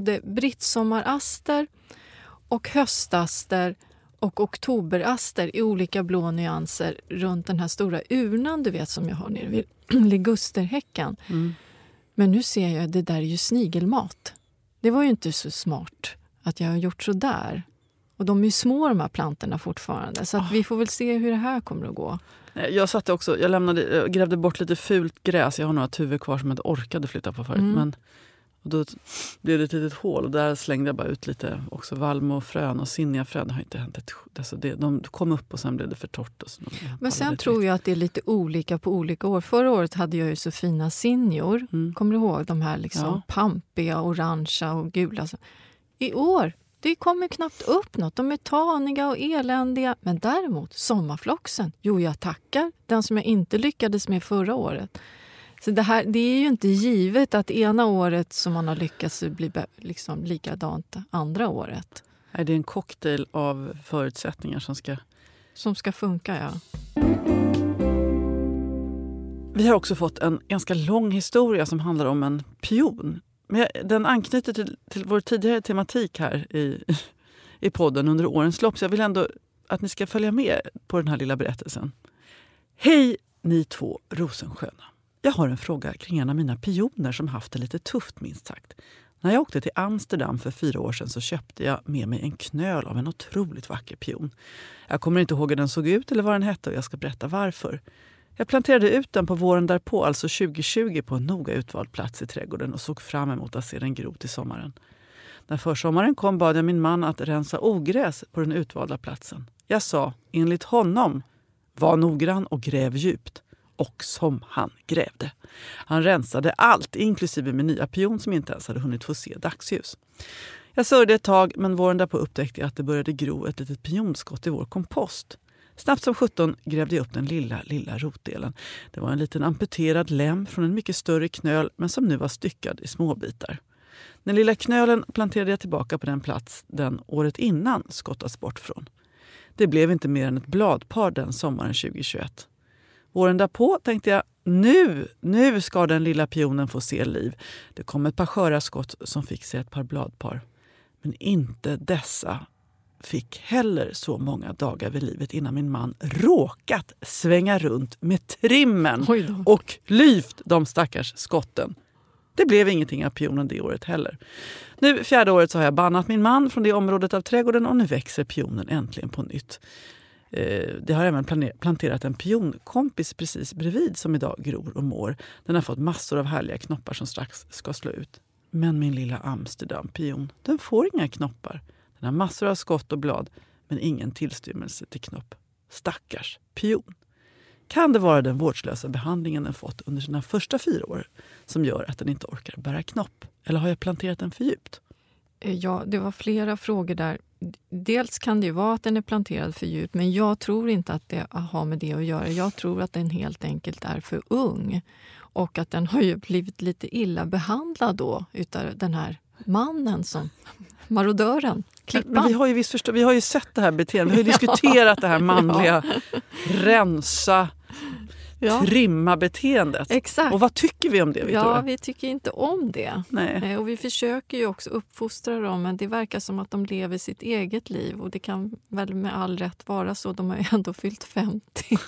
både brittsommaraster och höstaster och oktoberaster i olika blå nyanser runt den här stora urnan du vet som jag har nere vid ligusterhäcken. Mm. Men nu ser jag att det där är ju snigelmat. Det var ju inte så smart att jag har gjort så där. Och de är ju små de här plantorna fortfarande. Så att oh. vi får väl se hur det här kommer att gå. Jag satte också, jag lämnade, jag grävde bort lite fult gräs. Jag har några tuvor kvar som jag inte orkade flytta på förut. Mm. Men och då blev det ett litet hål och där slängde jag bara ut lite också valmofrön och sinniafrön. Det har inte hänt ett, alltså det, de kom upp och sen blev det för torrt. Och så, men sen tror jag att det är lite olika på olika år. Förra året hade jag ju så fina sinjor. Mm. Kommer du ihåg de här liksom ja. pampiga, orangea och gula? I år, det kommer knappt upp något. De är taniga och eländiga. Men däremot, sommarfloxen. Jo, jag tackar. Den som jag inte lyckades med förra året. Så det, här, det är ju inte givet att ena året som man har lyckats bli liksom likadant andra året. Nej, det är en cocktail av förutsättningar som ska... Som ska funka, ja. Vi har också fått en ganska lång historia som handlar om en pion. Men den anknyter till, till vår tidigare tematik här i, i podden under årens lopp. Så jag vill ändå att ni ska följa med på den här lilla berättelsen. Hej ni två rosensköna. Jag har en fråga kring en av mina pioner som haft det lite tufft minst sagt. När jag åkte till Amsterdam för fyra år sedan så köpte jag med mig en knöl av en otroligt vacker pion. Jag kommer inte ihåg hur den såg ut eller vad den hette och jag ska berätta varför. Jag planterade ut den på våren därpå, alltså tjugo tjugo, på en noga utvald plats i trädgården och såg fram emot att se den gro till sommaren. När försommaren kom bad jag min man att rensa ogräs på den utvalda platsen. Jag sa, enligt honom, var noggrann och gräv djupt. Och som han grävde. Han rensade allt, inklusive min nya pion som inte ens hade hunnit få se dagsljus. Jag sörjde ett tag, men våren därpå upptäckte jag att det började gro ett litet pionskott i vår kompost. Snabbt som sjutton grävde jag upp den lilla, lilla rotdelen. Det var en liten amputerad lem från en mycket större knöl, men som nu var styckad i små bitar. Den lilla knölen planterade jag tillbaka på den plats den året innan skottats bort från. Det blev inte mer än ett bladpar den sommaren tjugo tjugoett. Åren därpå tänkte jag, nu, nu ska den lilla pionen få se liv. Det kom ett par sköra skott som fick sig ett par bladpar. Men inte dessa fick heller så många dagar vid livet innan min man råkat svänga runt med trimmen och lyft de stackars skotten. Det blev ingenting av pionen det året heller. Nu fjärde året så har jag bannat min man från det området av trädgården och nu växer pionen äntligen på nytt. Det har även planterat en pionkompis precis bredvid som idag gror och mår. Den har fått massor av härliga knoppar som strax ska slå ut. Men min lilla Amsterdam-pion, den får inga knoppar. Den har massor av skott och blad, men ingen tillstymmelse till knopp. Stackars pion. Kan det vara den vårdslösa behandlingen den fått under sina första fyra år som gör att den inte orkar bära knopp? Eller har jag planterat den för djupt? Ja, det var flera frågor där. Dels kan det ju vara att den är planterad för djupt, men jag tror inte att det har med det att göra. Jag tror att den helt enkelt är för ung. Och att den har ju blivit lite illa behandlad då utav den här mannen som marodören, klippan. Men vi har ju visst förstå, vi har ju sett det här beteendet. Vi har ju diskuterat det här manliga ja. rensa, ja. trimma beteendet. Exakt. Och vad tycker vi om det, Victoria? Ja, vi tycker inte om det. Nej. Och vi försöker ju också uppfostra dem, men det verkar som att de lever sitt eget liv. Och det kan väl med all rätt vara så. De har ju ändå fyllt femtio.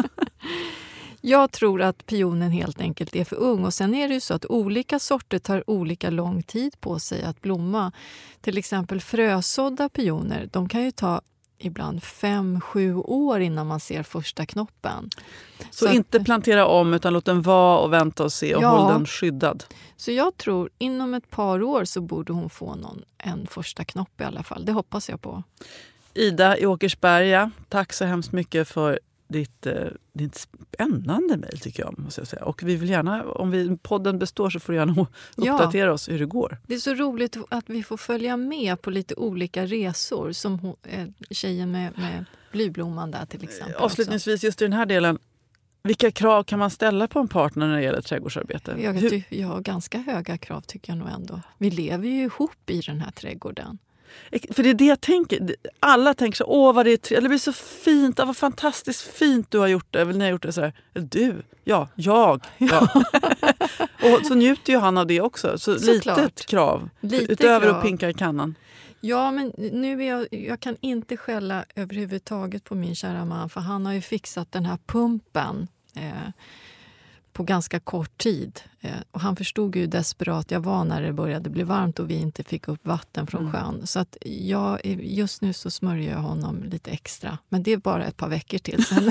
Jag tror att pionen helt enkelt är för ung. Och sen är det ju så att olika sorter tar olika lång tid på sig att blomma. Till exempel frösådda pioner, de kan ju ta ibland fem, sju år innan man ser första knoppen. Så, så inte att, plantera om utan låt den vara och vänta och se och ja, håll den skyddad. Så jag tror inom ett par år så borde hon få någon, en första knopp i alla fall. Det hoppas jag på. Ida i Åkersberga, tack så hemskt mycket för ditt, ditt spännande mejl tycker jag, måste jag säga. Och vi vill gärna, om vi, podden består så får du gärna uppdatera ja, oss hur det går. Det är så roligt att vi får följa med på lite olika resor som hon, tjejen med, med blyblomman där till exempel. Avslutningsvis också. Just i den här delen, vilka krav kan man ställa på en partner när det gäller trädgårdsarbete? Jag, jag har ganska höga krav tycker jag nog ändå. Vi lever ju ihop i den här trädgården. För det är det jag tänker. Alla tänker så, åh vad det är trevligt. Det blir så fint, vad fantastiskt fint du har gjort det. Eller ni har gjort det så här. Du, ja, jag. Ja. Och så njuter ju han av det också. Så, så litet klart. krav. Lite utöver krav. att pinka i kannan. Ja, men nu är jag, jag kan inte skälla överhuvudtaget på min kära man. För han har ju fixat den här pumpen eh, på ganska kort tid. Eh, och han förstod ju hur desperat jag var när det började bli varmt och vi inte fick upp vatten från mm. sjön. Så att jag, just nu så smörjer jag honom lite extra. Men det är bara ett par veckor till. Sen,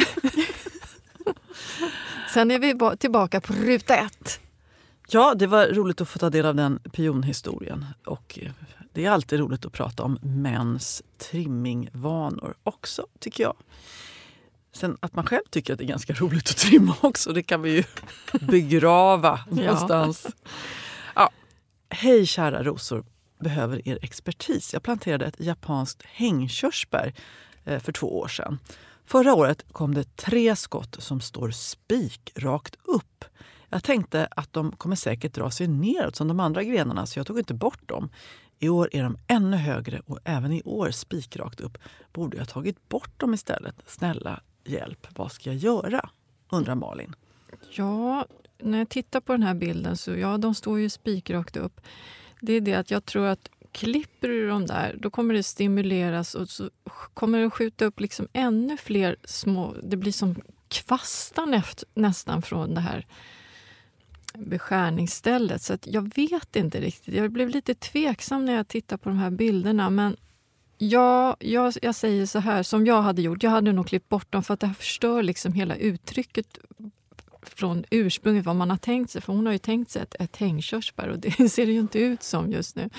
sen är vi tillbaka på ruta ett. Ja, det var roligt att få ta del av den pionhistorien. Och det är alltid roligt att prata om mäns trimmingvanor också, tycker jag. Sen att man själv tycker att det är ganska roligt att trimma också, det kan vi ju begrava någonstans. Ja. Hej kära rosor, behöver er expertis. Jag planterade ett japanskt hängkörsbär för två år sedan. Förra året kom det tre skott som står spik rakt upp. Jag tänkte att de kommer säkert dra sig neråt som de andra grenarna, så jag tog inte bort dem. I år är de ännu högre och även i år spikrakt upp. Borde jag tagit bort dem istället? Snälla hjälp, vad ska jag göra? Undrar Malin. Ja, när jag tittar på den här bilden så ja, de står ju spikrakt upp. Det är det att jag tror att klipper du dem där, då kommer det stimuleras och så kommer det skjuta upp liksom ännu fler små, det blir som kvastar efter, nästan från det här beskärningsstället. Så att jag vet inte riktigt. Jag blev lite tveksam när jag tittar på de här bilderna. Men ja, jag, jag säger så här, som jag hade gjort. Jag hade nog klippt bort dem för att det här förstör liksom hela uttrycket från ursprunget vad man har tänkt sig. För hon har ju tänkt sig ett, ett hängkörsbär och det ser det ju inte ut som just nu.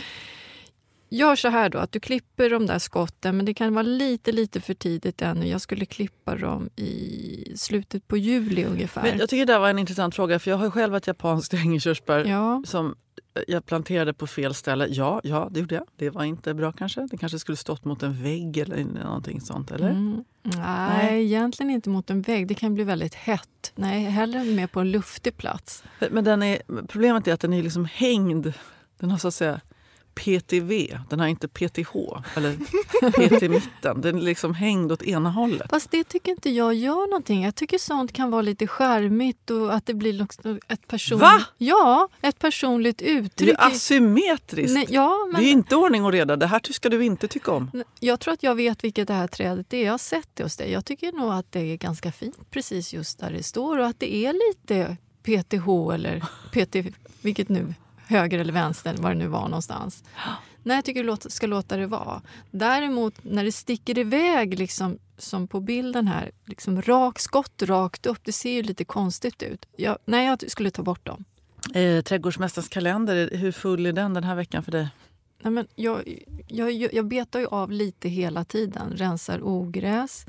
Gör så här då, att du klipper de där skotten, men det kan vara lite, lite för tidigt ännu. Jag skulle klippa dem i slutet på juli ungefär. Men jag tycker det var en intressant fråga, för jag har själv ett japanskt hängkörsbär ja. som jag planterade på fel ställe. Ja, ja, det gjorde jag. Det var inte bra kanske. Det kanske skulle stått mot en vägg eller någonting sånt, eller? Mm. Nej, Nej, egentligen inte mot en vägg. Det kan bli väldigt hett. Nej, hellre med på en luftig plats. Men den är, problemet är att den är liksom hängd. Den har så att säga P T V, den har inte P T H eller P T-mitten. Den är liksom hängd åt ena hållet. Fast det tycker inte jag gör någonting. Jag tycker sånt kan vara lite charmigt och att det blir ett personligt... Va? Ja, ett personligt uttryck. Det är asymmetriskt. Nej, ja, men... Det är inte ordning och reda. Det här ska du inte tycka om. Jag tror att jag vet vilket det här trädet är. Jag har sett det hos dig. Jag tycker nog att det är ganska fint precis just där det står. Och att det är lite P T H eller P T... Vilket nu... höger eller vänster, vad det nu var någonstans. Nej, jag tycker du ska låta det vara. Däremot när det sticker iväg liksom, som på bilden här, liksom rak skott rakt upp, det ser ju lite konstigt ut. Jag, nej, jag skulle ta bort dem. Eh, Trädgårdsmästarens kalender, hur full är den den här veckan för dig? Nej, men jag, jag, jag betar ju av lite hela tiden, rensar ogräs.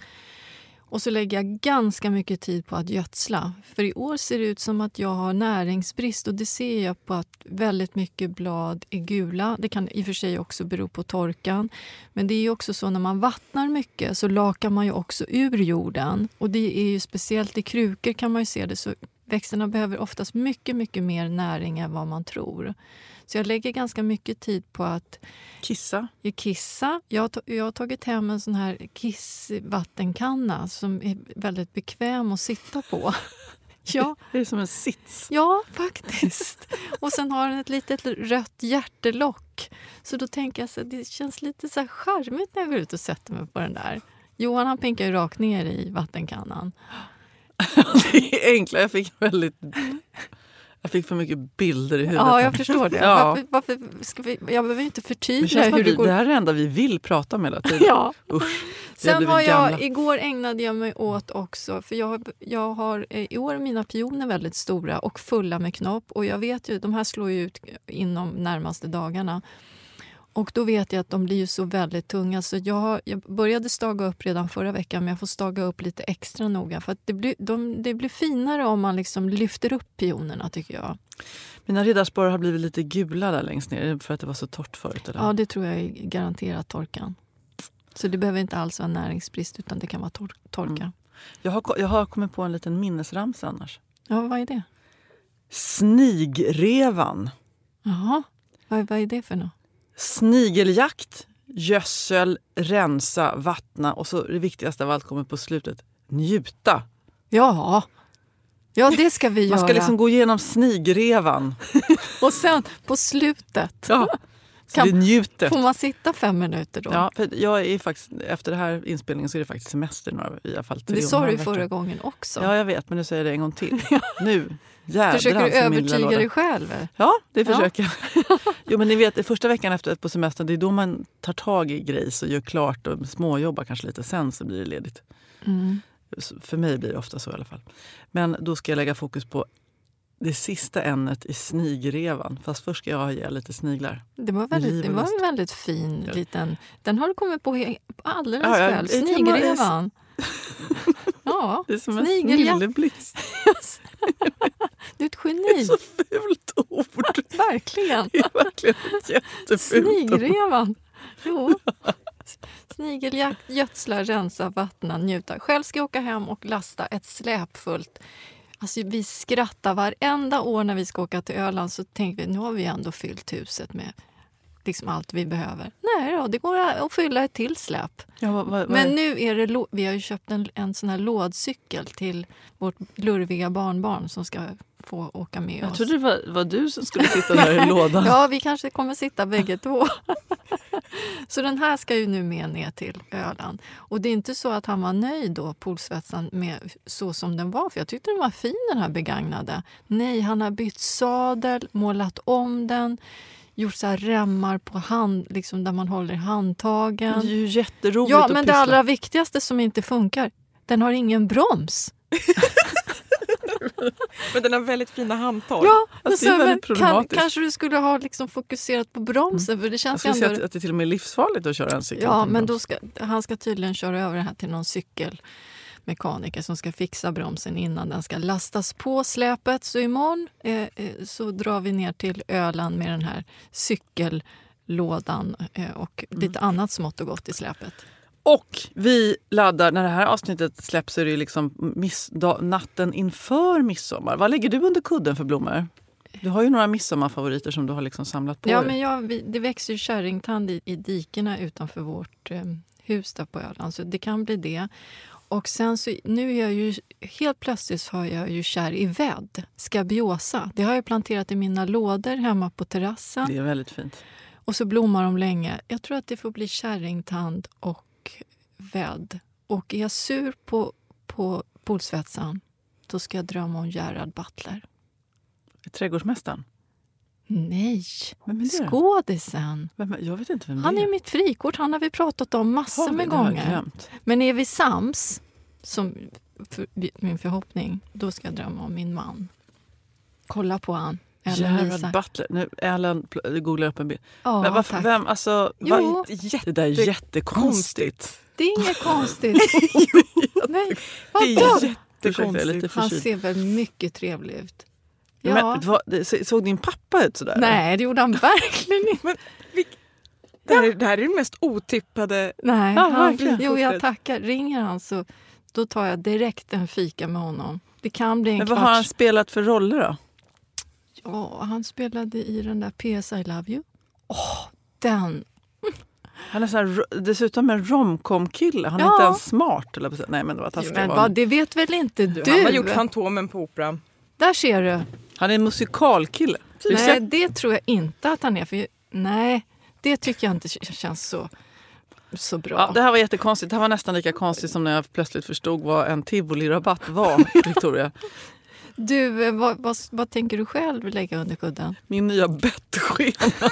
Och så lägger jag ganska mycket tid på att gödsla. För i år ser det ut som att jag har näringsbrist. Och det ser jag på att väldigt mycket blad är gula. Det kan i och för sig också bero på torkan. Men det är ju också så när man vattnar mycket så lakar man ju också ur jorden. Och det är ju speciellt i krukor kan man ju se det. Så växterna behöver oftast mycket, mycket mer näring än vad man tror. Så jag lägger ganska mycket tid på att kissa. Jag kissa. Jag har, jag har tagit hem en sån här kissvattenkanna som är väldigt bekväm att sitta på. Ja. Det är som en sits. Ja, faktiskt. Och sen har den ett litet rött hjärtelock. Så då tänker jag att det känns lite så här charmigt när jag går ut och sätter mig på den där. Johan han pinkar ju rakt ner i vattenkannan. Det är enkla. Jag fick väldigt... Jag fick för mycket bilder i huvudet. Ja, jag förstår det. Ja. Varför, varför ska vi, jag behöver inte förtydliga hur det det går. Det här är det enda vi vill prata med hela tiden. Ja. Usch, sen har jag, gamla. Igår ägnade jag mig åt också, för jag, jag har i år mina pioner väldigt stora och fulla med knopp. Och jag vet ju, de här slår ju ut inom närmaste dagarna. Och då vet jag att de blir ju så väldigt tunga. Så jag, jag började staga upp redan förra veckan, men jag får staga upp lite extra noga. För att det blir, de, det blir finare om man liksom lyfter upp pionerna, tycker jag. Mina riddarspår har blivit lite gula där längst ner för att det var så torrt förut. Eller? Ja, det tror jag är garanterat torkan. Så det behöver inte alls vara näringsbrist, utan det kan vara tor- torka. Mm. Jag, har, jag har kommit på en liten minnesramsa annars. Ja, vad är det? Snigrevan. Jaha, vad, vad är det för något? Snigeljakt gödsel, rensa, vattna och så det viktigaste av allt kommer på slutet. Njuta. Ja, ja det ska vi Man göra. ska liksom gå igenom snigrevan. Och sen på slutet Ja, så Kan- vi njuter. får man sitta fem minuter då. Ja, för jag är faktiskt, efter det här inspelningen så är det faktiskt semester några, i alla fall tre det och en sa du halv ju förra vecka. gången också. Ja, jag vet, men nu säger jag det en gång till. Nu, jädrar. Försöker du alltså, min lilla övertyga låda. dig själv? Ja, det Ja. försöker jag. Jo, men ni vet, första veckan efter på semestern, det är då man tar tag i grejs och gör klart och småjobbar kanske lite. Sen så blir det ledigt. Mm. För mig blir det ofta så i alla fall. Men då ska jag lägga fokus på det sista ämnet i snigrevan. Fast först ska jag ha ihjäl lite sniglar. Det var, väldigt, Liv det och var lust. en väldigt fin Ja. liten... Den har du kommit på he- alldeles Ja, ja, själv. det är till och med- Snigrevan. Ja, Det är som en Snigeljakt. snilleblixt. du är ett Det är geni. så fult ord. Verkligen. Det är verkligen ett jättefult ord. Snigrevan. Jo. Snigeljakt, gödsla, rensa, vattna, njuta. Själv ska jag åka hem och lasta ett släp fullt. Alltså, vi skrattar varenda år när vi ska åka till Öland, så tänker vi nu har vi ändå fyllt huset med liksom allt vi behöver. Nej då, det går att fylla ett till släp. Ja, vad, vad, Men vad- nu är det, lo- vi har ju köpt en, en sån här lådcykel till vårt lurviga barnbarn som ska få åka med jag oss. trodde det var, var du som skulle sitta där i lådan. Ja, vi kanske kommer sitta bägge två. Så den här ska ju nu med ner till Öland. Och det är inte så att han var nöjd då, poolsvetsan, med så som den var. För jag tyckte den var fin, den här begagnade. Nej, han har bytt sadel, målat om den, gjort så här remmar på hand, liksom där man håller i handtagen. Det är ju jätteroligt Ja, att men det pyssla. allra viktigaste som inte funkar, den har ingen broms. Men den har väldigt fina handtag. Ja, men Alltså, det är så, men väldigt kan, problematiskt. kanske du skulle ha liksom fokuserat på bromsen, för det Jag känns skulle ju säga ändå... att, att det till och med är livsfarligt att köra en cykel. Ja, utan men broms. då ska, han ska tydligen köra över det här till någon cykelmekaniker som ska fixa bromsen innan den ska lastas på släpet. Så imorgon eh, eh, så drar vi ner till Öland med den här cykellådan eh, och lite annat smått och gott i släpet. Och vi laddar, när det här avsnittet släpps så är det ju liksom miss, da, natten inför midsommar. Vad lägger du under kudden för blommor? Du har ju några midsommarfavoriter som du har liksom samlat på Ja, dig. men jag, vi, det växer ju kärringtand i, i dikerna utanför vårt eh, hus där på Öland, så det kan bli det. Och sen så, nu är jag ju, helt plötsligt har jag ju kär i vädd, skabiosa. Det har jag planterat i mina lådor hemma på terrassen. Det är väldigt fint. Och så blommar de länge. Jag tror att det får bli kärringtand och vädd. Och är jag sur på, på poolsvetsan, då ska jag drömma om Gerard Butler. Trädgårdsmästaren? Nej, Vem är det? skådisen. Vem, jag vet inte vem Han det är mitt frikort, han har vi pratat om massor Har vi? med Det har jag gånger. glömt. Men är vi sams, som för, min förhoppning, då ska jag drömma om min man. Kolla på han. Ellen Gerard Isak. Butler. Nu, Ellen pl- googlar upp en bild. Ja, Men varför, tack. vem, alltså, Jo. vad, det där är jättekonstigt. Det är inget konstigt. Nej, Det vadå? är Ursäkta, jag är lite jättekonstigt. Han förkyld. ser väl mycket trevlig ut. Ja. Men, vad, det- så- såg din pappa ut sådär? Nej, det gjorde han verkligen inte. Det här, är- det här är det mest otippade. Nej, Ja, han, verkligen. jo, jag tackar. Ringer han så då tar jag direkt en fika med honom. Det kan bli en Men vad har han kvarts... spelat för roller då? Ja, han spelade i den där P S I Love You. Åh, den. Han är så här, dessutom en romcom-kille. Han är Ja. inte ens smart. Eller? på sätt. Nej, men det var taskigt. Men Var vad, han. det vet väl inte du? Han har gjort Fantomen på Operan. Där ser du. Han är en musikalkille. Så det är Nej, säkert- det tror jag inte att han är. För, nej, det tycker jag inte känns så, så bra. Ja, det här var jättekonstigt. Det här var nästan lika konstigt som när jag plötsligt förstod vad en tivoli-rabatt var, Victoria. Du, eh, vad, vad, vad tänker du själv lägga under kudden? Min nya bettskena.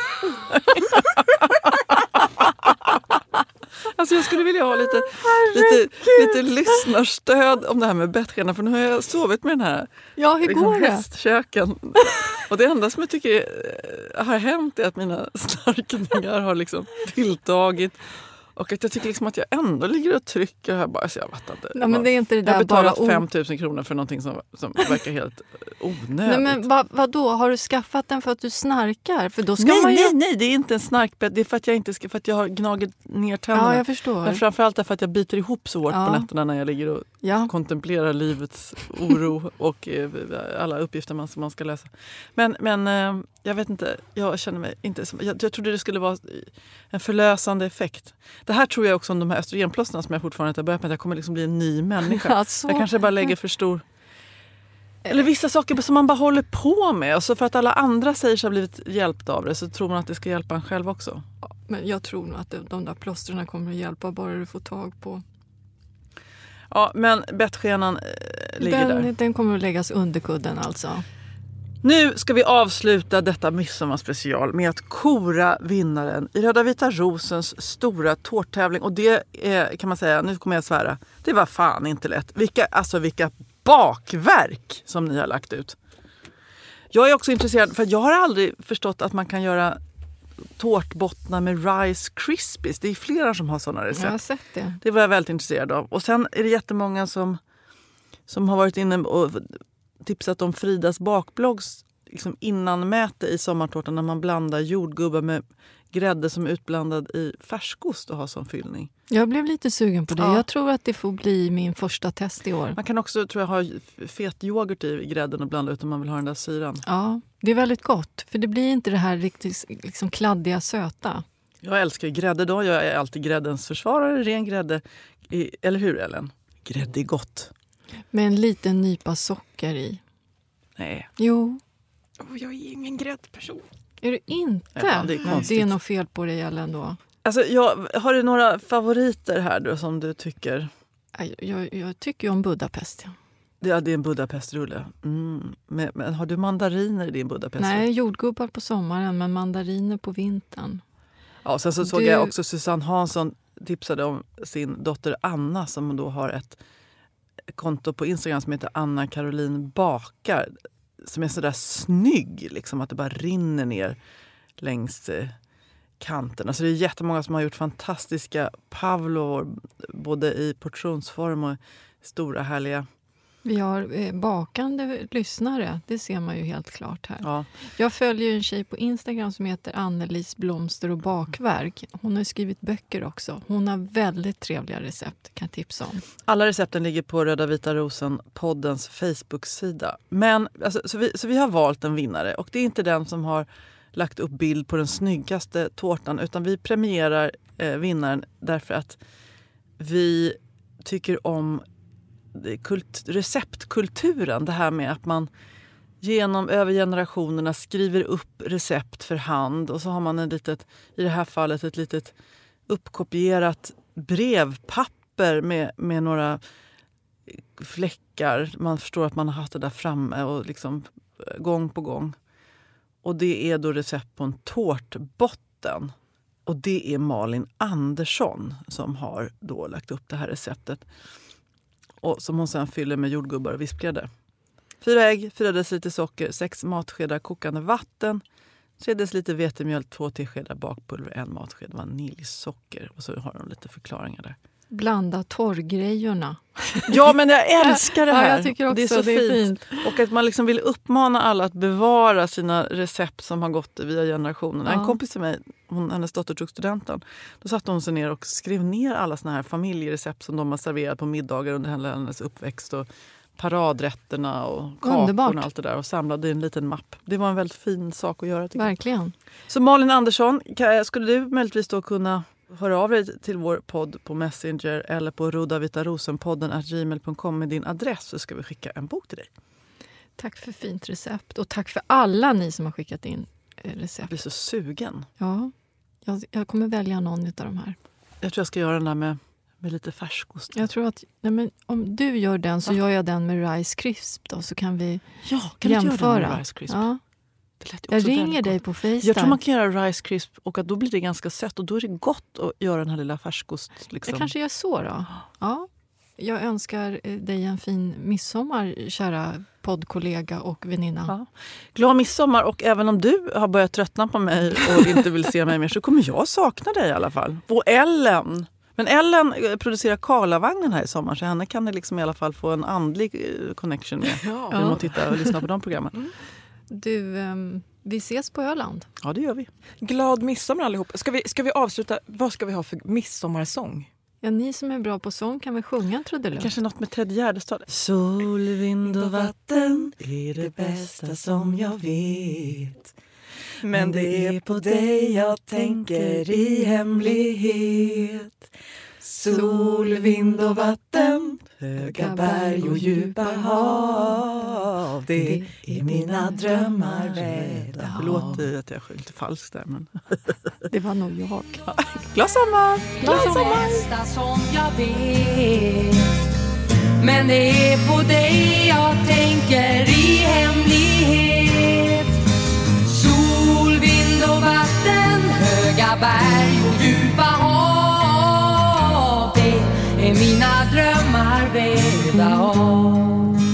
Alltså jag skulle vilja ha lite, lite, lite lyssnarstöd om det här med bettskena. För nu har jag sovit med den här Ja, hur liksom, går det? hästköken. Och det enda som jag tycker eh, har hänt är att mina snarkningar har liksom tilltagit. Och att jag tycker liksom att jag ändå ligger och trycker här bara, så jag vet inte. Nej, men det är inte det där jag har betalat bara fem tusen kronor för någonting som, som verkar helt onödigt. Nej, men vad, vad då? Har du skaffat den för att du snarkar? För då ska nej, man ju... nej, nej, det är inte en snarkbädd. Det är för att jag inte ska, för att jag har gnagit ner tänderna. Ja, jag förstår. Men framförallt därför att jag biter ihop så hårt Ja. på nätterna när jag ligger och Ja. kontemplerar livets oro och eh, alla uppgifter man, som man ska lösa. Men, men eh, jag vet inte, jag känner mig inte som, jag, jag trodde det skulle vara en förlösande effekt. Det här tror jag också om de här östrogenplåsterna som jag fortfarande inte har börjat med, att jag kommer liksom bli en ny människa. Alltså. Jag kanske bara lägger för stor... Eller vissa saker som man bara håller på med. Och så för att alla andra säger sig ha blivit hjälpta av det, så tror man att det ska hjälpa en själv också. Men jag tror nog att de, de där plåsterna kommer att hjälpa bara du får tag på. Ja, men bettskenan eh, ligger Den, där. den kommer att läggas under kudden alltså. Nu ska vi avsluta detta midsommarspecial med att kora vinnaren i Röda Vita Rosens stora tårttävling. Och det är, kan man säga, nu kommer jag svära, det var fan inte lätt. Vilka, alltså vilka bakverk som ni har lagt ut. Jag är också intresserad, för jag har aldrig förstått att man kan göra tårtbottnar med Rice Krispies. Det är flera som har sådana recept. Jag har sett det. Det var jag väldigt intresserad av. Och sen är det jättemånga som, som har varit inne och tipsat om Fridas bakbloggs liksom innanmäte i sommartårtan, när man blandar jordgubbar med grädde som är utblandad i färskost och har som fyllning. Jag blev lite sugen på det. Ja. Jag tror att det får bli min första test i år. Man kan också, tror jag, ha fet yoghurt i grädden och blanda ut om man vill ha den där syran. Ja, det är väldigt gott. För det blir inte det här riktigt liksom kladdiga söta. Jag älskar grädde då. Jag är alltid gräddens försvarare. Ren grädde. I, eller hur, Ellen? Grädde är gott. Med en liten nypa socker i. Nej. Jo. Oh, jag är ingen gräddperson. Är du inte? Ja, det är Men konstigt. det är nog fel på dig, Ellen, då. Alltså, jag, har du några favoriter här då som du tycker? Jag, jag, jag tycker ju om Budapest. Ja. Det, ja, det är en Budapestrulle. Mm. Men, men har du mandariner i din Budapestrulle? Nej, jordgubbar på sommaren, men mandariner på vintern. Ja, sen så såg Du- jag också Susanne Hansson tipsade om sin dotter Anna, som då har ett konto på Instagram som heter Anna Caroline bakar, som är sådär snygg, liksom att det bara rinner ner längs eh, kanten. Alltså det är jättemånga som har gjort fantastiska pavlovor, både i portionsform och stora härliga. Vi har eh, bakande lyssnare, det ser man ju helt klart här. Ja. Jag följer en tjej på Instagram som heter Annelies blomster och bakverk. Hon har skrivit böcker också. Hon har väldigt trevliga recept, kan jag tipsa om. Alla recepten ligger på Röda Vita Rosen poddens Facebook-sida. Men alltså, så, vi, så vi har valt en vinnare, och det är inte den som har lagt upp bild på den snyggaste tårtan, utan vi premierar eh, vinnaren därför att vi tycker om kult, receptkulturen. Det här med att man genom över generationerna skriver upp recept för hand, och så har man en litet, i det här fallet ett litet uppkopierat brevpapper med, med några fläckar. Man förstår att man har haft det där framme och liksom gång på gång. Och det är då recept på en tårtbotten. Och det är Malin Andersson som har då lagt upp det här receptet. Och som hon sedan fyller med jordgubbar och vispgrädde. Fyra ägg, fyra deciliter socker, sex matskedar kokande vatten, tre deciliter vetemjöl, två teskedar bakpulver, en matsked vaniljsocker. Och så har de lite förklaringar där. Blanda torrgrejorna. Ja, men jag älskar det här. Ja, jag tycker också det är så det är fint. fint. Och att man liksom vill uppmana alla att bevara sina recept som har gått via generationerna. Ja. En kompis till mig, hon, hennes dotter tog studenten. Då satte hon sig ner och skrev ner alla såna här familjerecept som de har serverat på middagar under hela hennes uppväxt. Och paradrätterna och kakorna Underbart. och allt det där. Och samlade i en liten mapp. Det var en väldigt fin sak att göra, tycker jag. Verkligen. Så Malin Andersson, kan- skulle du möjligtvis då kunna höra av dig till vår podd på Messenger eller på rodavitarosenpodden at gmail punkt com med din adress, så ska vi skicka en bok till dig. Tack för fint recept. Och tack för alla ni som har skickat in eh, Jag recept. blir så sugen. Ja, jag, jag kommer välja någon av de här. Jag tror jag ska göra den där med, med lite färskost. Jag tror att nej men, om du gör den så Va? gör jag den med Rice Crisp då, så kan vi Ja, kan du inte göra jämföra. den med Rice Crisp? Ja. Det lät Jag också ringer väldigt dig gott. på Facetime. Jag tror man kan göra Rice Crisp och att då blir det ganska sött, och då är det gott att göra den här lilla färskost. Liksom. Jag kanske gör så då. Ja. Jag önskar eh, dig en fin midsommar, kära poddkollega och väninna. Ja. Glad midsommar, och även om du har börjat tröttna på mig och inte vill se mig mer så kommer jag sakna dig i alla fall. Och Ellen. Men Ellen producerar Karlavagnen här i sommar, så henne kan ni liksom i alla fall få en andlig connection med. Ja. Genom att titta och lyssna på de programmen. Mm. Du, um, vi ses på Öland. Ja, det gör vi. Glad midsommar allihop. Ska vi, ska vi avsluta, vad ska vi ha för midsommarsång? Ja, ni som är bra på sång kan väl sjunga, trodde du? Kanske något med Ted Gärdestad. Sol, vind och vatten är det bästa som jag vet. Men det är på dig jag tänker i hemlighet. Sol, vind och vatten, höga berg och djupa hav. Det är mina drömmar rädda. Förlåt att jag sjöng lite falskt där. Men... det var nog jag. Glad sommar! Glad sommar! Det bästa som jag vet. Men det är på dig jag tänker i hemlighet. Sol, vind och vatten, höga berg och djupa hav. Det är mina drömmar vävda av.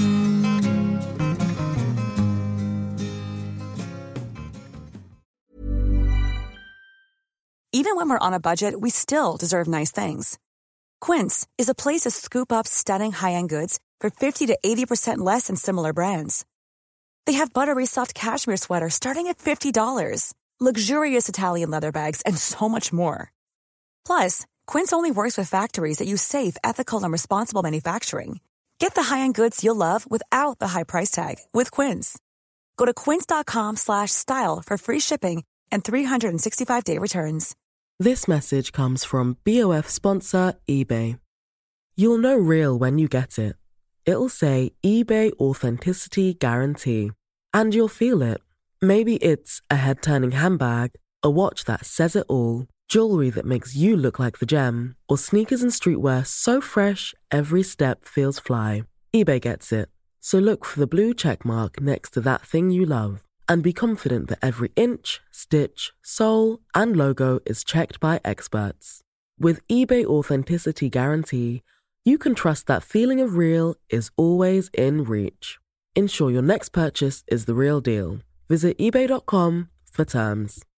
Even when we're on a budget, we still deserve nice things. Quince is a place to scoop up stunning high-end goods for fifty to eighty percent less than similar brands. They have buttery soft cashmere sweaters starting at fifty dollars, luxurious Italian leather bags, and so much more. Plus, Quince only works with factories that use safe, ethical, and responsible manufacturing. Get the high-end goods you'll love without the high price tag with Quince. Go to quince.com slash style for free shipping and three sixty-five day returns. This message comes from B O F sponsor eBay. You'll know real when you get it. It'll say eBay Authenticity Guarantee. And you'll feel it. Maybe it's a head-turning handbag, a watch that says it all, jewelry that makes you look like the gem, or sneakers and streetwear so fresh every step feels fly. eBay gets it. So look for the blue check mark next to that thing you love. And be confident that every inch, stitch, sole, and logo is checked by experts. With eBay Authenticity Guarantee, you can trust that feeling of real is always in reach. Ensure your next purchase is the real deal. Visit ebay dot com for terms.